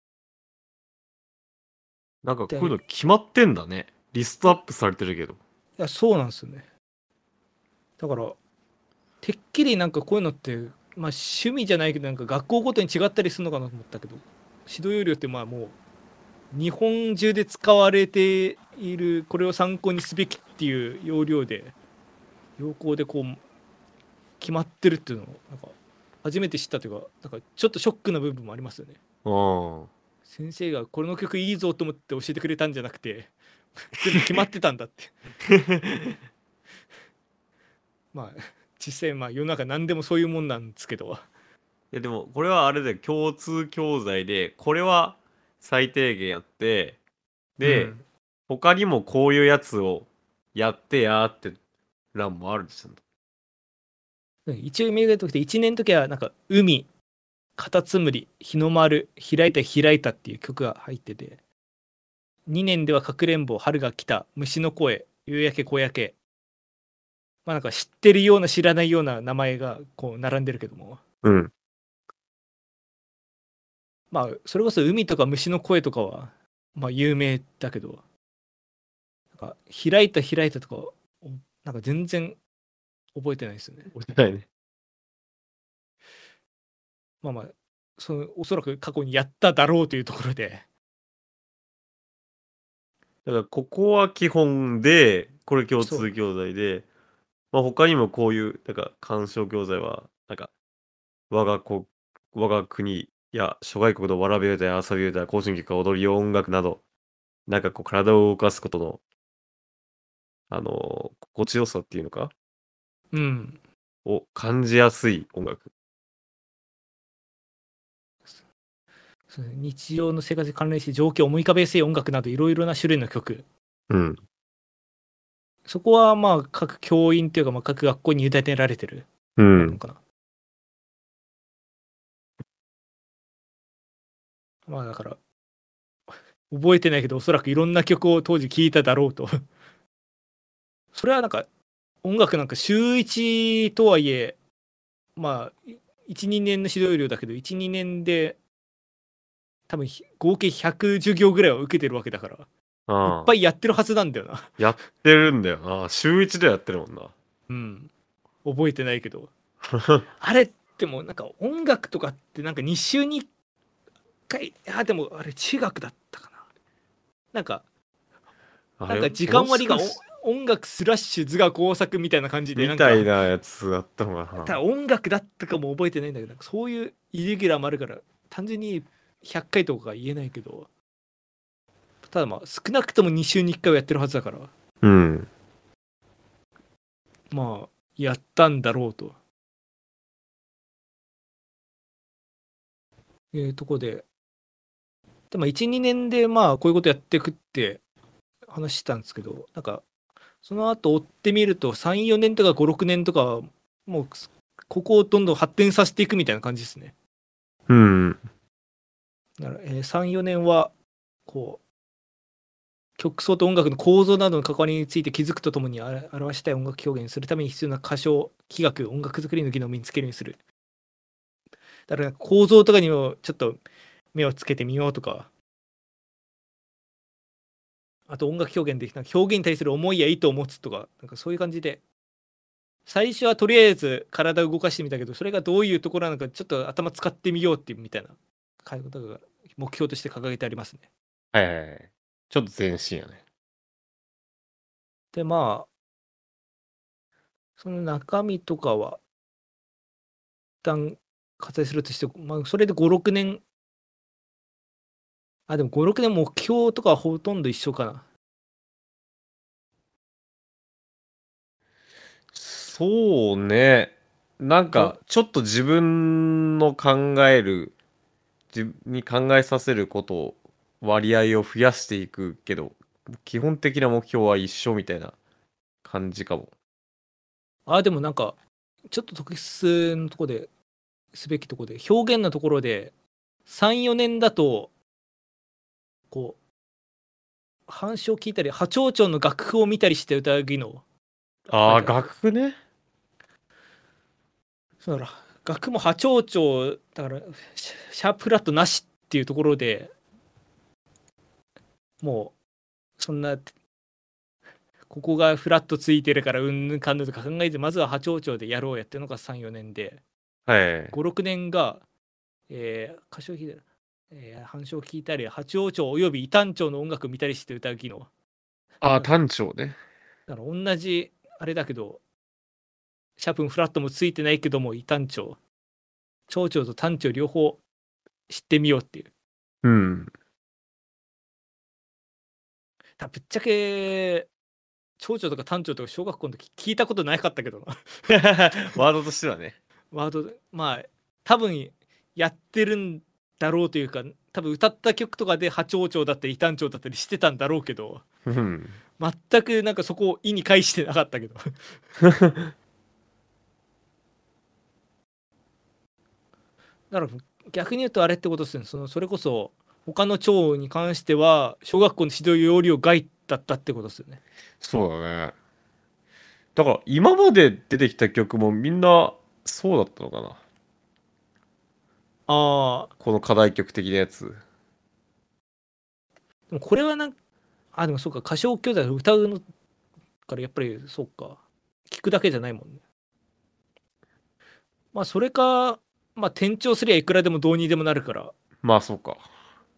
なんかこういうので決まってんだね。リストアップされてるけど。 やそうなんですよね。だからてっきりなんかこういうのってまあ趣味じゃないけどなんか学校ごとに違ったりするのかなと思ったけど、指導要領ってまあもう日本中で使われているこれを参考にすべきっていう要領で要項でこう決まってるっていうのをなんか初めて知ったというか、なんかちょっとショックな部分もありますよね。 うん。 先生がこの曲いいぞと思って教えてくれたんじゃなくて全部決まってたんだって。まあ実際まあ世の中何でもそういうもんなんですけど。 いやでもこれはあれで共通教材でこれは最低限やってでうん。 他にもこういうやつをやってやーって欄もあるんですよ。 一応見るときて1年の時はなんか海、カタツムリ、日の丸、開いた開いたっていう曲が入ってて、2年ではかくれんぼ、春が来た、虫の声、夕焼け小焼け、まあなんか知ってるような知らないような名前がこう並んでるけども、 うん。 まあそれこそ海とか虫の声とかはまあ有名だけど、なんか開いた開いたとかなんか全然覚えてないですよね。 押してないね。 まあまあおそらく過去にやっただろうというところで。 だからここは基本でこれ共そう通教材で、まあ、他にもこういうなんか鑑賞教材はなんか我が子我が国や諸外国のわらべ歌や遊び歌や行進曲や踊りや音楽などなんかこう体を動かすことの心地よさっていうのかうん。 を感じやすい音楽。 そう日常の生活に関連して状況を思い浮かべやすい音楽などいろいろな種類の曲、 うん。 そこはまあ各教員というかまあ各学校に委ねられてるうん。 のかな。まあだから覚えてないけどおそらくいろんな曲を当時聴いただろうと。それはなんか音楽なんか週1とはいえまあ12年の指導料だけど12年で多分合計100授業ぐらいは受けてるわけだからいっああ。 ぱいやってるはずなんだよな。 やってるんだよな。週一でやってるもんな。 うん、覚えてないけどあれってもうなんか音楽とかってなんか2週に1回、いやでもあれ中学だったかな。なんかあれ、 なんか時も間割がしかし、 音楽スラッシュ図画工作みたいな感じでみたいなんかなやつあったのかただな。 音楽だったかも覚えてないんだけどなんかそういうイレギュラーもあるから単純に100回とか言えないけど、ただまあ少なくとも2週に1回はやってるはずだからうん。 まあやったんだろうというとこで、でも12年でまあこういうことやっていくって話したんですけど、なんかその後追ってみると3、4年とか5、6年とかもうここをどんどん発展させていくみたいな感じですね。 うん。 だから、3、4年はこう曲奏と音楽の構造などの関わりについて気づくとともに表したい音楽表現するために必要な歌唱、器楽、音楽作りの技能を身につけるようにする。だから構造とかにもちょっと目をつけてみようとか、あと音楽表現で表現に対する思いや意図を持つとか、なんかそういう感じで、最初はとりあえず体を動かしてみたけど、それがどういうところなのかちょっと頭使ってみようっていうみたいなことが目標として掲げてありますね。 はいはいはい。ちょっと前進やね。 でまあその中身とかは一旦割愛するとして、まあ、それで5、6年、でも5、6年目標とかはほとんど一緒かな。 そうね。なんごか、ちょっと自分の考える、自分に考えさせることを、割合を増やしていくけど、基本的な目標は一緒みたいな感じかも。 でもなんかちょっと特筆のところですべきところで表現のところで3、4年だとこう反唱を聞いたり波長長の楽譜を見たりして歌う技能ああ、 書いてあって、 楽譜ね。 そうだから楽譜も波長長だからシャープフラットなしっていうところでもうそんなここがフラットついてるからうんぬんかんぬんとか考えてまずは八王朝でやろうやってるのが34年ではい。 56年が、歌唱弾いたり、反唱聞いたり八王朝および異端調の音楽見たりして歌う機能あ、 だから単調ね。 だから同じあれだけどシャープンフラットもついてないけども異端調長調と単調両方知ってみようっていううん。 ぶっちゃけ長調とか単調とか小学校の時聞いたことなかったけどなワードとしてはね。 ワードでまあ多分やってるんだろうというか多分歌った曲とかで八王朝だったり異端調だったりしてたんだろうけどうん。 全くなんかそこを意に介してなかったけどだから逆に言うとあれってことですねそれこそ他の蝶に関しては小学校の指導要領外だったってことですよね。 そうだね。だから今まで出てきた曲もみんなそうだったのかな。 ああこの課題曲的なやつ。 でもこれはでもそうか歌唱教材歌うのからやっぱりそうか聞くだけじゃないもんね。まあそれかまあ転調すりゃいくらでもどうにでもなるからまあそうか。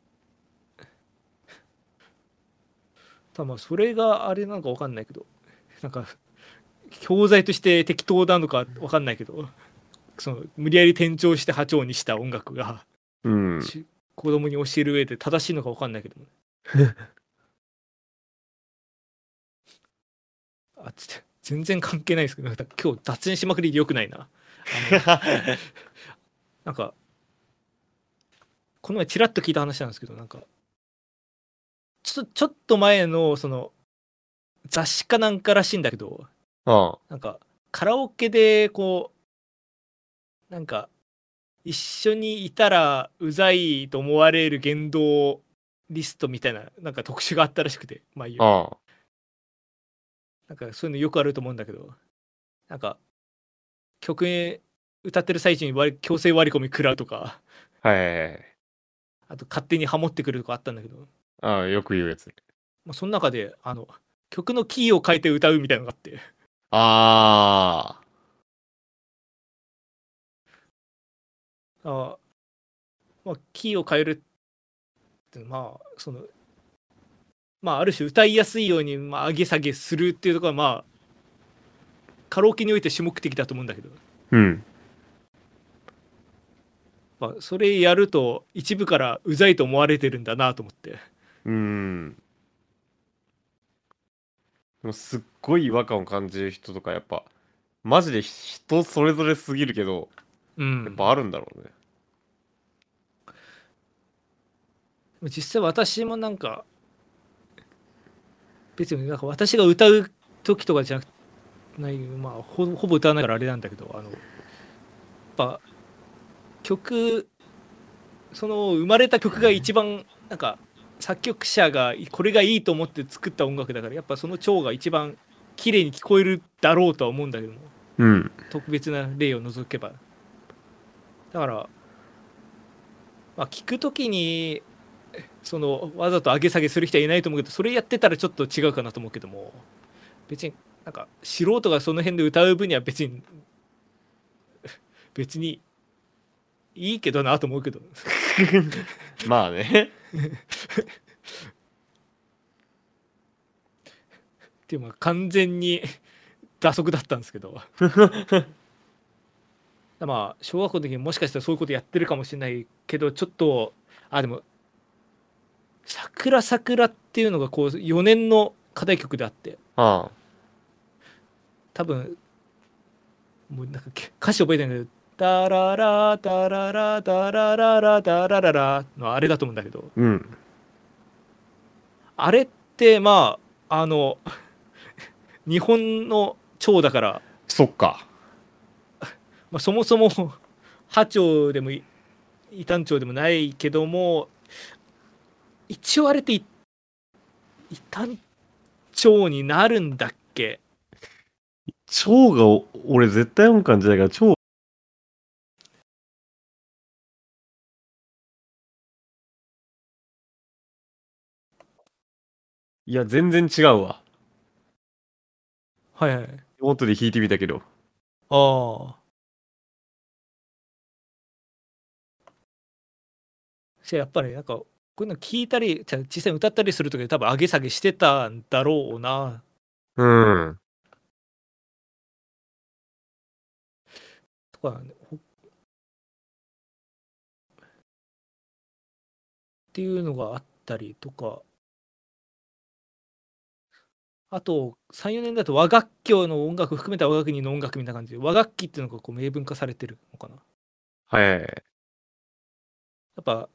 ただまあそれがあれなのか分かんないけどなんか教材として適当なのか分かんないけど無理やり転調して波長にした音楽がうん。 子供に教える上で正しいのか分かんないけどもつって全然関係ないですけど今日脱線しまくりでよくないななんかこの前ちらっと聞いた話なんですけどちょっと前の雑誌かなんからしいんだけどああ。 カラオケでこう一緒にいたらうざいと思われる言動リストみたいな特集があったらしくてまあいいやああ。 そういうのよくあると思うんだけど曲歌ってる最中に強制割り込み食らうとかはいはいはい。 あと勝手にハモってくるとかあったんだけど、 ああ、よく言うやつ。 まあ、その中で曲のキーを変えて歌うみたいなのがあってああ、まあ、キーを変えるってまあある種歌いやすいように、まあ、上げ下げするっていうところはまあカラオケにおいて主目的だと思うんだけど、 あ。うん。 まあ、それやると一部からうざいと思われてるんだなと思ってうーん。でもすっごい違和感を感じる人とかやっぱ、マジで人それぞれすぎるけど、 うんやっぱあるんだろうね。 実際私も別に私が歌う時とかじゃないまあほぼ歌わないからあれなんだけどやっぱ曲生まれた曲が一番作曲者がこれがいいと思って作った音楽だからやっぱその調が一番綺麗に聞こえるだろうとは思うんだけどもうん。 特別な例を除けばだからまあ聞く時にわざと上げ下げする人はいないと思うけどそれやってたらちょっと違うかなと思うけども別に素人がその辺で歌う分には別にいいけどなと思うけどまあね。 っていうのは完全に打足だったんですけどまあ小学校の時にもしかしたらそういうことやってるかもしれないけどちょっとでも「桜桜」っていうのがこう4年の課題曲であってあ多分もう歌詞覚えてないけど「ダララダララダラララダラララ」のあれだと思うんだけどあ。うん。 あれってまあ日本の蝶だから、 そっか。 まあ、そもそも波長でも異端調でもないけども一応あれって異端調になるんだっけ。 蝶が俺絶対音感じないから蝶。いや、全然違うわ。 はいはい。 妹で弾いてみたけど。 ああ。やっぱりなんか、こういうの聞いたり、実際に歌ったりするとき多分上げ下げしてたんだろうな。 うん。 とか、ね、っていうのがあったりとか、あと、3、4年だと和楽器の音楽含めた和楽器の音楽みたいな感じで、和楽器っていうのがこう明文化されてるのかな。 はい。 やっぱ、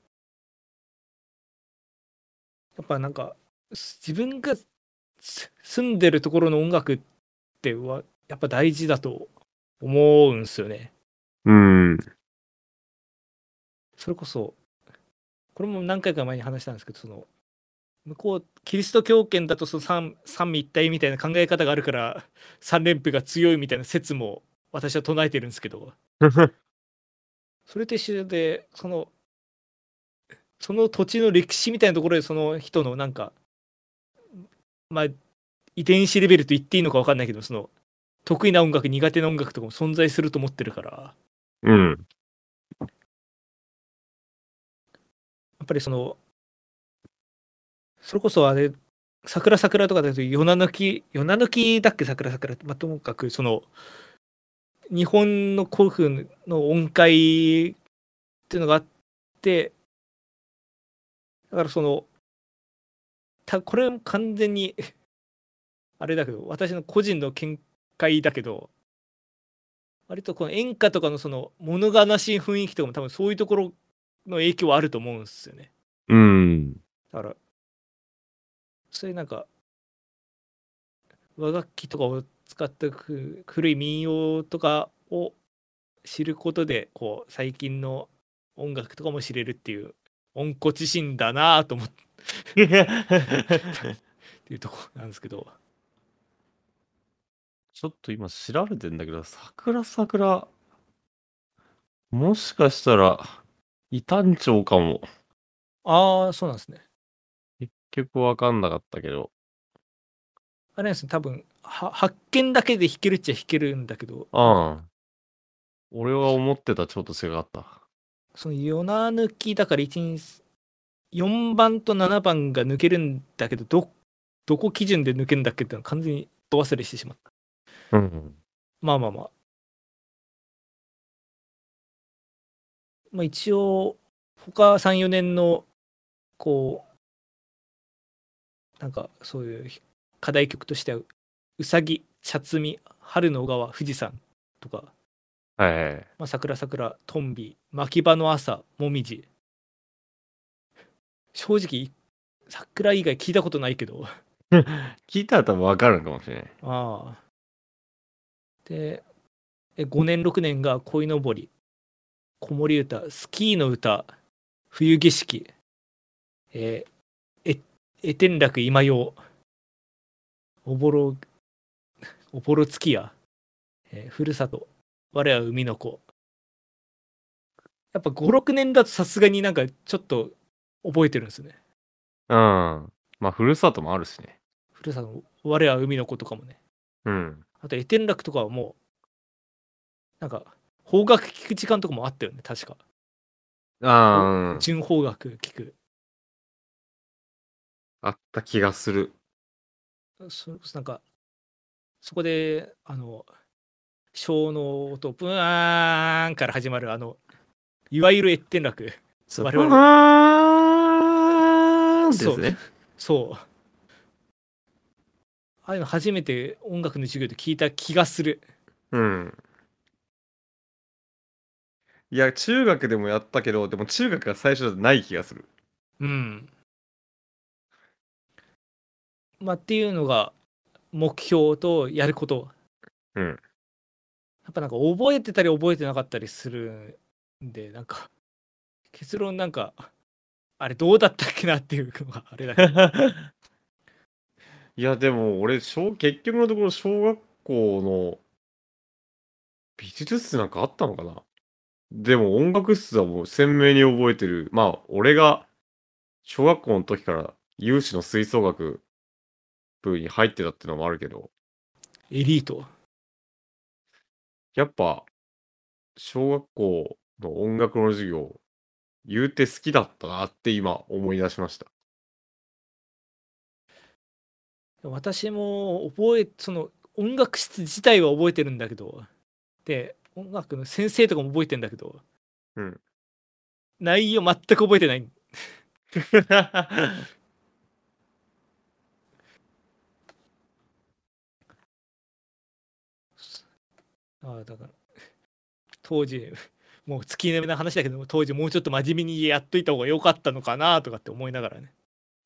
なんか、自分が住んでるところの音楽ってやっぱ大事だと思うんすよね。 うん。 それこそ、これも何回か前に話したんですけど、向こう、キリスト教圏だとその三位一体みたいな考え方があるから、三連符が強いみたいな説も私は唱えてるんですけど、それと一緒で、その土地の歴史みたいなところでその人のなんか、まあ、遺伝子レベルと言っていいのか分かんないけど、得意な音楽、苦手な音楽とかも存在すると思ってるから、 うん。 やっぱりそれこそあれ、桜桜とかだと、夜な抜きだっけ、桜桜って、まあ、ともかく、日本の古風の音階っていうのがあって、だからこれも完全にあれだけど、私の個人の見解だけど、割とこの演歌とかの物悲しい雰囲気とかも多分そういうところの影響はあると思うんですよね。 うん。 だから、そういうなんか、和楽器とかを使った古い民謡とかを知ることで、こう、最近の音楽とかも知れるっていう、温故知新だなと思ってっていうとこなんですけど。 ちょっと今調べてんだけど、桜桜、もしかしたら、異端調かも。 ああ、そうなんですね。 結局わかんなかったけど。 あれなんですね、多分発見だけで弾けるっちゃ弾けるんだけど、なんか、 ああ。俺は思ってたちょっと違った。 夜な抜きだから1、2、4番と7番が抜けるんだけど、どこ基準で抜けるんだっけっていうのを完全にど忘れしてしまった。 うん。 まあまあまあ。まあ一応、他3、4年の、こう、なんかそういう課題曲としては、うさぎ、茶摘み、春の小川、富士山とか、 はいはい。 まあ、桜桜、トンビ、牧場の朝、もみじ。正直、桜以外聞いたことないけど、 聞いたら多分わかるかもしれない。 ああ。で、5年、6年が鯉のぼり、子守歌、スキーの歌、冬景色、え絵天楽今用、おぼろ、おぼろ月夜、ふるさと、我は海の子。やっぱ5、6年だとさすがになんかちょっと覚えてるんですよね。 うん。まあ、ふるさともあるしね。 ふるさと、我は海の子とかもね。 うん。 あと、絵天楽とかはもう、なんか、邦楽聴く時間とかもあったよね、確か。 あ純邦楽聴く。 あ、あった気がする。 なんか、そこで、小の音、ブーンから始まる、いわゆる越天楽。 そう、 我々、 ーんですそう、 ね。 そう。ああいうの初めて音楽の授業で聞いた気がする。 うん。いや、中学でもやったけど、でも中学が最初じゃない気がする。 うん。まあ、っていうのが目標とやること。 うん。 やっぱなんか覚えてたり覚えてなかったりするんで、なんか、結論なんか、あれどうだったっけなっていうのがあれだけど。 いや、でも俺、結局のところ、小学校の美術室なんかあったのかな。でも音楽室はもう鮮明に覚えてる。まあ、俺が小学校の時から有志の吹奏楽部に入ってたってのもあるけど、 エリート。 やっぱ、小学校の音楽の授業、言うて好きだったなって今思い出しました。 私もその音楽室自体は覚えてるんだけど、で音楽の先生とかも覚えてんだけど、 うん。 内容全く覚えてない。だから当時もう月並みな話だけど、当時もうちょっと真面目にやっといた方が良かったのかなとかって思いながらね。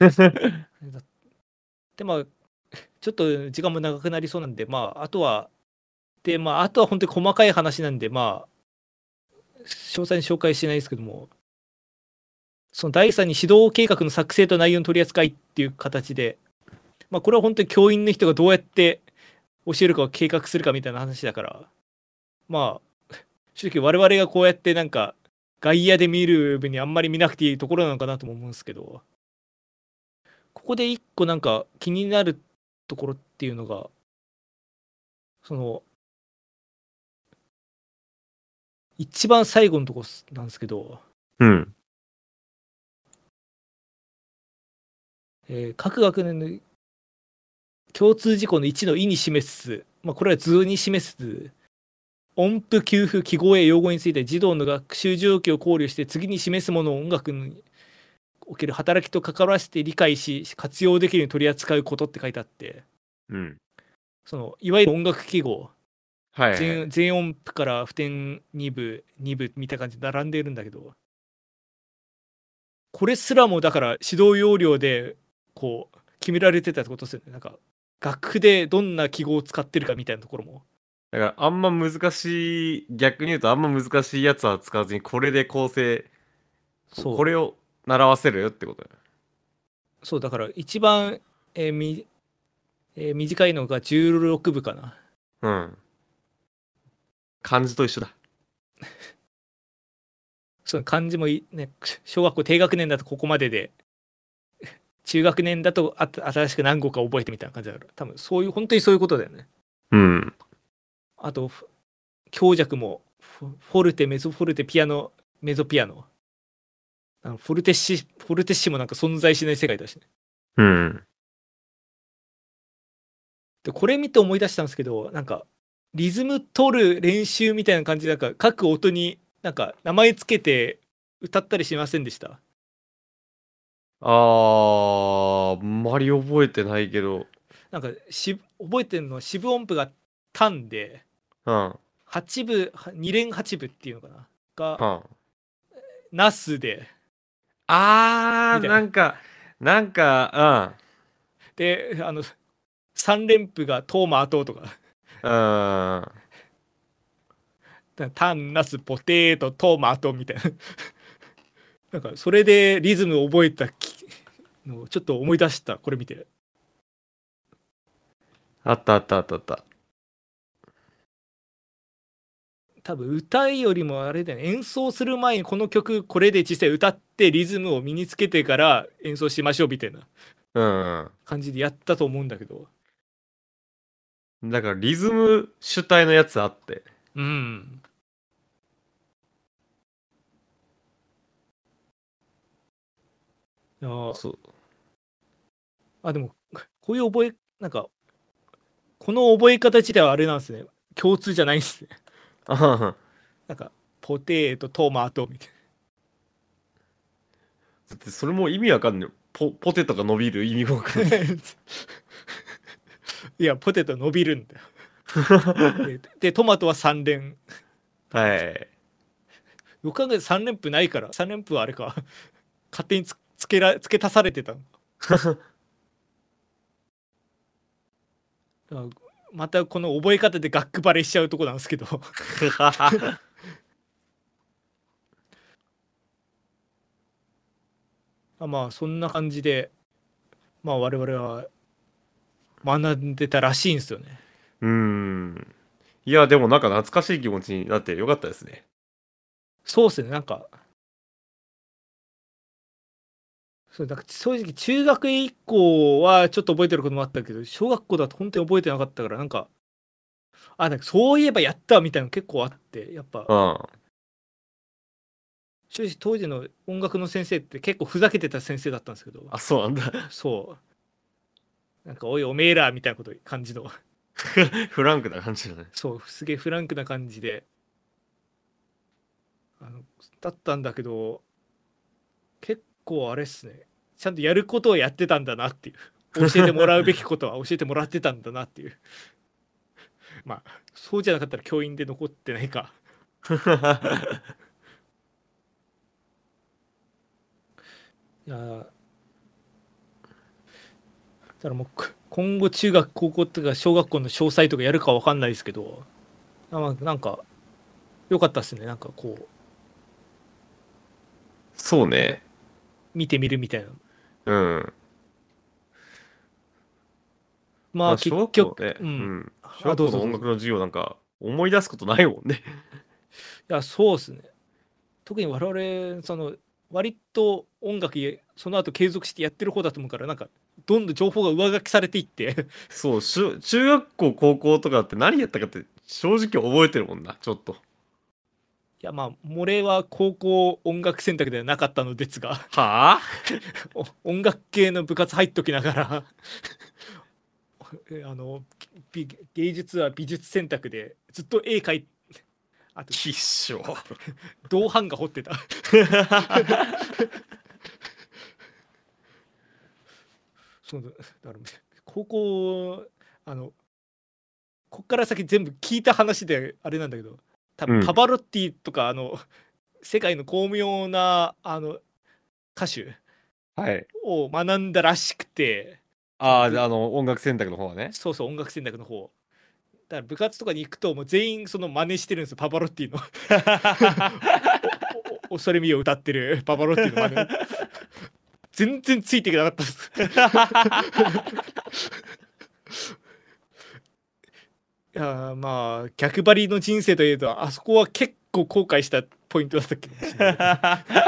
でまあちょっと時間も長くなりそうなんで、あとは本当に細かい話なんで、詳細に紹介しないですけども、その第3に指導計画の作成と内容の取り扱いっていう形で、これは本当に教員の人がどうやって教えるかを計画するかみたいな話だから、正直我々がこうやってなんか外野で見る分にあんまり見なくていいところなのかなとも思うんですけど、ここで一個なんか気になるところっていうのが、その一番最後のところなんですけど、 うん。 各学年の共通事項の1の意に示す、これは図に示す音符、給付、記号や用語について児童の学習状況を考慮して次に示すものを音楽における働きと関わらせて理解し活用できるように取り扱うことって書いてあって、 うん。 そのいわゆる音楽記号、 はいはい。 全音符から普天2部2部みたいな感じで並んでいるんだけど、これすらもだから指導要領でこう決められてたってことですよね。なんか楽譜でどんな記号を使ってるかみたいなところも。 だからあんま難しい、逆に言うとあんま難しいやつは使わずにこれで構成、こそうれを習わせるよってことだよ。 そうだから一番、短いのが16部かな。 うん。漢字と一緒だ。 その漢字もね、小学校低学年だとここまでで、中学年だと新しく何語か覚えてみたいな感じだから、多分そういう、本当にそういうことだよね。 うん。 あと、強弱もフォルテ、メゾフォルテ、ピアノ、メゾピアノ。フォルテッシもなんか存在しない世界だしね。 うん。 で、これ見て思い出したんですけど、なんか、リズム取る練習みたいな感じで、なんか各音になんか名前つけて歌ったりしませんでした？ あんまり覚えてないけど。 なんか覚えてるのは四分音符がタンで、 うん。 8部、2連8部っていうのかなが、 はん。 ナスで、 あー、 みたいな。 なんか、 で、3連符がトーマートとか、 うん。うん。 タン、ナス、ポテート、トーマートみたいな。なんか、それでリズムを覚えたのをちょっと思い出した、これ見て。 あったあったあったあった。 多分歌よりもあれだよね、演奏する前にこの曲これで実際歌ってリズムを身につけてから演奏しましょうみたいなうん感じでやったと思うんだけど、 うん。だからリズム主体のやつあって。 うん。いや、 そう。 でもこういうなんかこの覚え方自体はあれなんですね、共通じゃないんですね。 あはは。 なんかポテトトマトみたいだってそれも意味わかんないよ。ポテトが伸びる意味もわかんない。 な。いやポテト伸びるんだよ。でトマトは3連。 はい。 よく考えて3連符ないから、3連符はあれか、勝手に付け足されてたの。またこの覚え方で学区バレしちゃうとこなんですけど。そんな感じで我々は学んでたらしいんですよね。 うーん。いや、でもなんか懐かしい気持ちになってよかったですね。 そうっすね、なんかだから正直中学以降はちょっと覚えてることもあったけど、小学校だと本当に覚えてなかったから、なんかなんかそういえばやったみたいなの結構あって、やっぱうん。 正直当時の音楽の先生って結構ふざけてた先生だったんですけど、 あ、そうなんだ。 なんかおいおめえらみたいなこと感じのフランクな感じだね。 すげえフランクな感じであのだったんだけど、結構あれっすね、ちゃんとやることをやってたんだなっていう、教えてもらうべきことは教えてもらってたんだなっていう、まあそうじゃなかったら教員で残ってないか。いやだからもう今後中学高校とか小学校の詳細とかやるかわかんないですけど、なんか良かったっすね。なんかこうなんかそうね。 見てみるみたいな。 うん。 まあまあ、小学校結局、 ね、うん。小学どうぞどうぞ。 校の音楽の授業なんか思い出すことないもんね。 いや、そうっすね。特に我々、割と音楽その後継続してやってる方だと思うから、なんか、どんどん情報が上書きされていってそう、中学校、高校とかって何やったかって正直覚えてるもんな、ちょっと。 いや、まあ、漏れは高校音楽選択ではなかったのですが、 はあ。 音楽系の部活入っときながら芸術は美術選択でずっと絵描いて、あと、 きっしょ。 銅版画彫ってたそうだから高校あのこっから先全部聞いた話であれなんだけど、多分パうん。 バロッティとか世界の巧妙な歌手はい。 を学んだらしくて、そのああ、じゃあ、 ぶ音楽選択の方はね。 そうそう音楽選択の方だから部活とかに行くともう全員その真似してるんですよ、パバロッティの恐れみを歌ってるパバロッティの真似全然ついていけなかったですいやまあ逆張りの人生といえどあそこは結構後悔したポイントだったかもしれないけど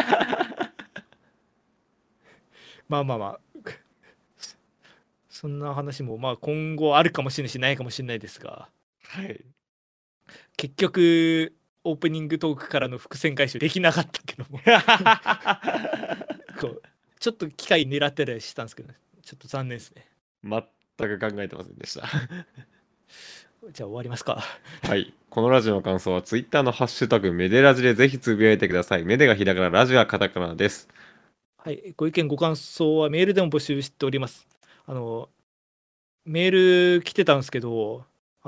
まあまあまあそんな話もまあ今後あるかもしれないしないかもしれないですが、 はい。 結局オープニングトークからの伏線回収できなかったけどもこうちょっと機会狙ってたりしたんですけど、ね、ちょっと残念ですね。 全く考えてませんでした。 じゃあ終わりますか。 はい。このラジオの感想は Twitter のハッシュタグメデラジでぜひつぶやいてください。メデがひらがな、ラジオはカタカナです。 はい、ご意見ご感想はメールでも募集しております。あのメール来てたんですけど、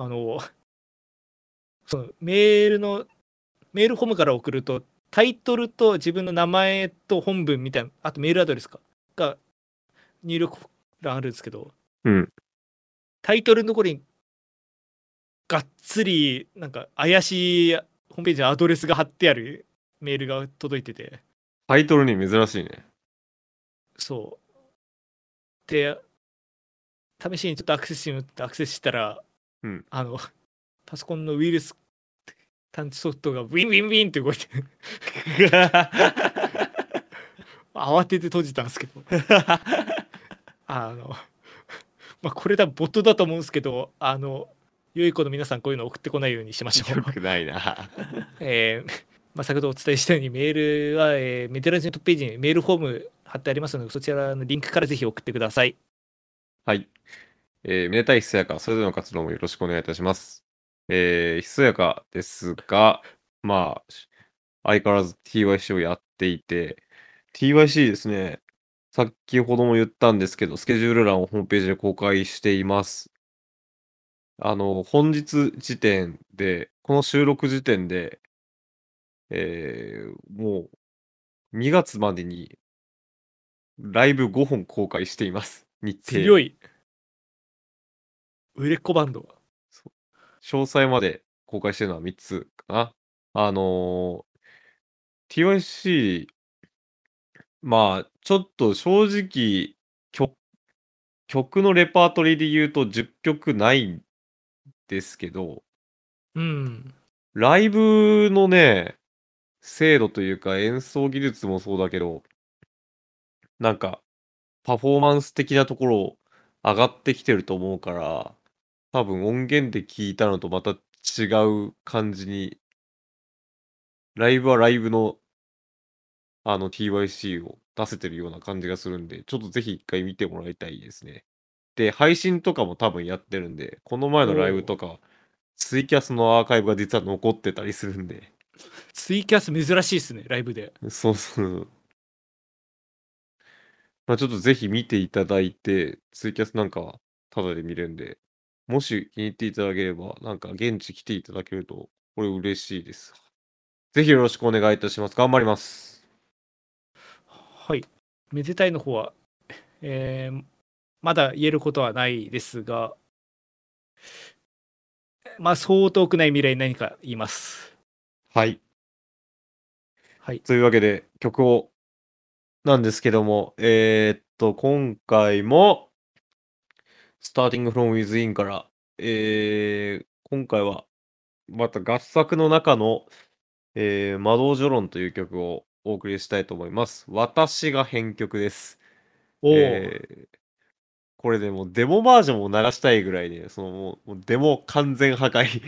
そのメールフォームから送るとタイトルと自分の名前と本文みたいな、あとメールアドレスが入力欄あるんですけど、 うん。 タイトルのところにがっつりなんか怪しいホームページのアドレスが貼ってあるメールが届いてて、 タイトルに珍しいね。 そうで試しにちょっとアクセスしてみようってアクセスしたら、 うん。 あのパソコンのウイルス探知ソフトがウィンウィンウィンって動いて慌てて閉じたんですけどあのまあこれ多分ボットだと思うんですけど、良い子の皆さんこういうの送ってこないようにしましょうよくないな。 まあ、先ほどお伝えしたようにメールは、メデラジのトップページにメールフォーム貼ってありますので、そちらのリンクからぜひ送ってください。 はい。めでたいひそやか、それぞれの活動もよろしくお願いいたします。ひそやかですが、まあ、相変わらず TYC をやっていて、TYC ですね、先ほども言ったんですけど、スケジュール欄をホームページで公開しています。本日時点で、この収録時点で、もう2月までにライブ5本公開しています。日程。 強い売れっ子バンド。 そう詳細まで公開してるのは3つかな。TYC、まあ、ちょっと正直、曲のレパートリーで言うと10曲ないんですけど、 うん。 ライブのね、精度というか演奏技術もそうだけど、なんか、パフォーマンス的なところ上がってきてると思うから、 多分音源で聞いたのとまた違う感じに、ライブはライブのTYC を出せてるような感じがするんで、ちょっとぜひ一回見てもらいたいですね。で、配信とかも多分やってるんで、この前のライブとか、ツイキャスのアーカイブが実は残ってたりするんで。 ツイキャス珍しいですね、ライブで。 そうそう。まあちょっとぜひ見ていただいて、ツイキャスなんかはタダで見れるんで、もし気に入っていただければ、なんか現地来ていただけると、これ嬉しいです。ぜひよろしくお願いいたします。頑張ります。 はい。めでたいの方は、まだ言えることはないですが、まあ、そう遠くない未来に何か言います。 はい。 はい。 というわけで、曲を、なんですけども、今回も、Starting from Within から、今回は、また合作の中の、魔導序論という曲をお送りしたいと思います。私が編曲です。 おお、 これでもうデモバージョンを流したいぐらいで、もうデモ完全破壊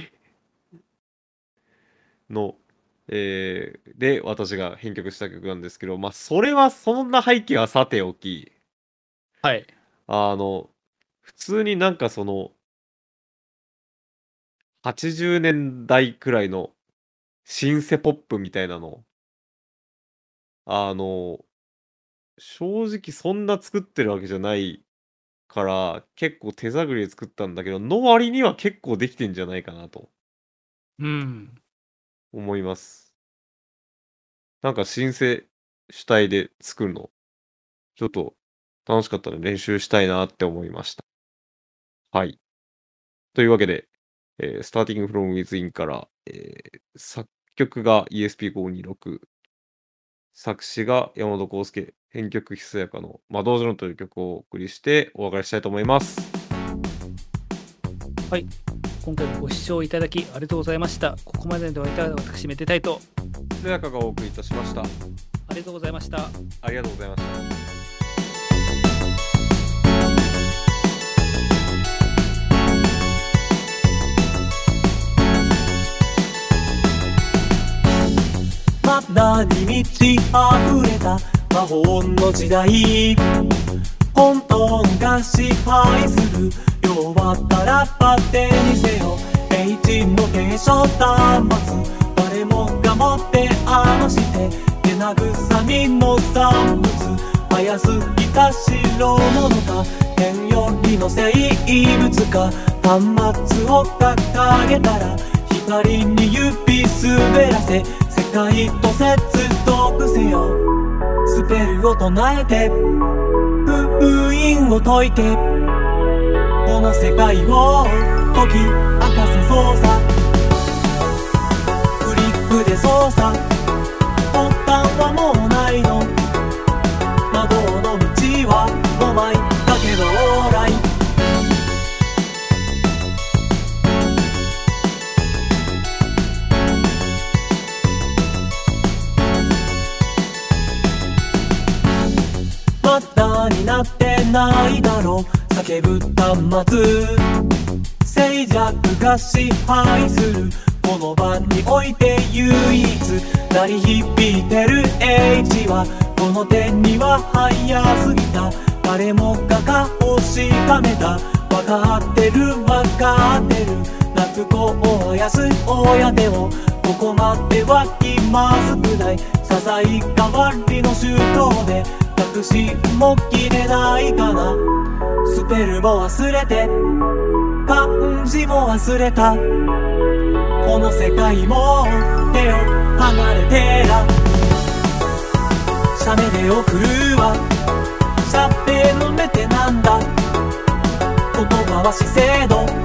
の、で、私が編曲した曲なんですけど、まあ、それはそんな背景はさておき、 はい。 普通になんか80年代くらいのシンセポップみたいなの、あの、正直そんな作ってるわけじゃないから、結構手探りで作ったんだけど、の割には結構できてんじゃないかなとうん。 思います。なんかシンセ主体で作るの、ちょっと楽しかったので練習したいなって思いました。はい。というわけで、Starting from Within から、作曲が ESP526、作詞が山本康介、編曲ひそやかの魔導序論という曲をお送りしてお別れしたいと思います。 はい。今回もご視聴いただきありがとうございました。ここまでのお相手は私、めでたいと。 ひそやかがお送りいたしました。 ありがとうございました。 ありがとうございました。 まだに満ち溢れた魔法の時代、混沌が支配する弱ったらばってにせよ、英人の継承端末誰もが持ってして手慰みの産物、早すぎた代物か天よりの生物か、端末を掲げたら光に指滑らせ世界と接続せよ、スペルを唱えて封印を解いてこの世界を解き明かせ操作、フリップで操作、ボタンはもうないの、魔導の道はお前だけの往来、まだになってないだろう叫ぶ端末、静寂が支配するこの場において唯一鳴り響いてる H はこの手には早すぎた、誰もが顔をしかめた、分かってる分かってる、泣く子をあやす親でもここまでは今すぐない、謝罪代わりの手法で確信も切れないかな、スペルも忘れて漢字も忘れた、この世界も手を離れてら、写メで送るわしゃべのめてなんだ、言葉は資生堂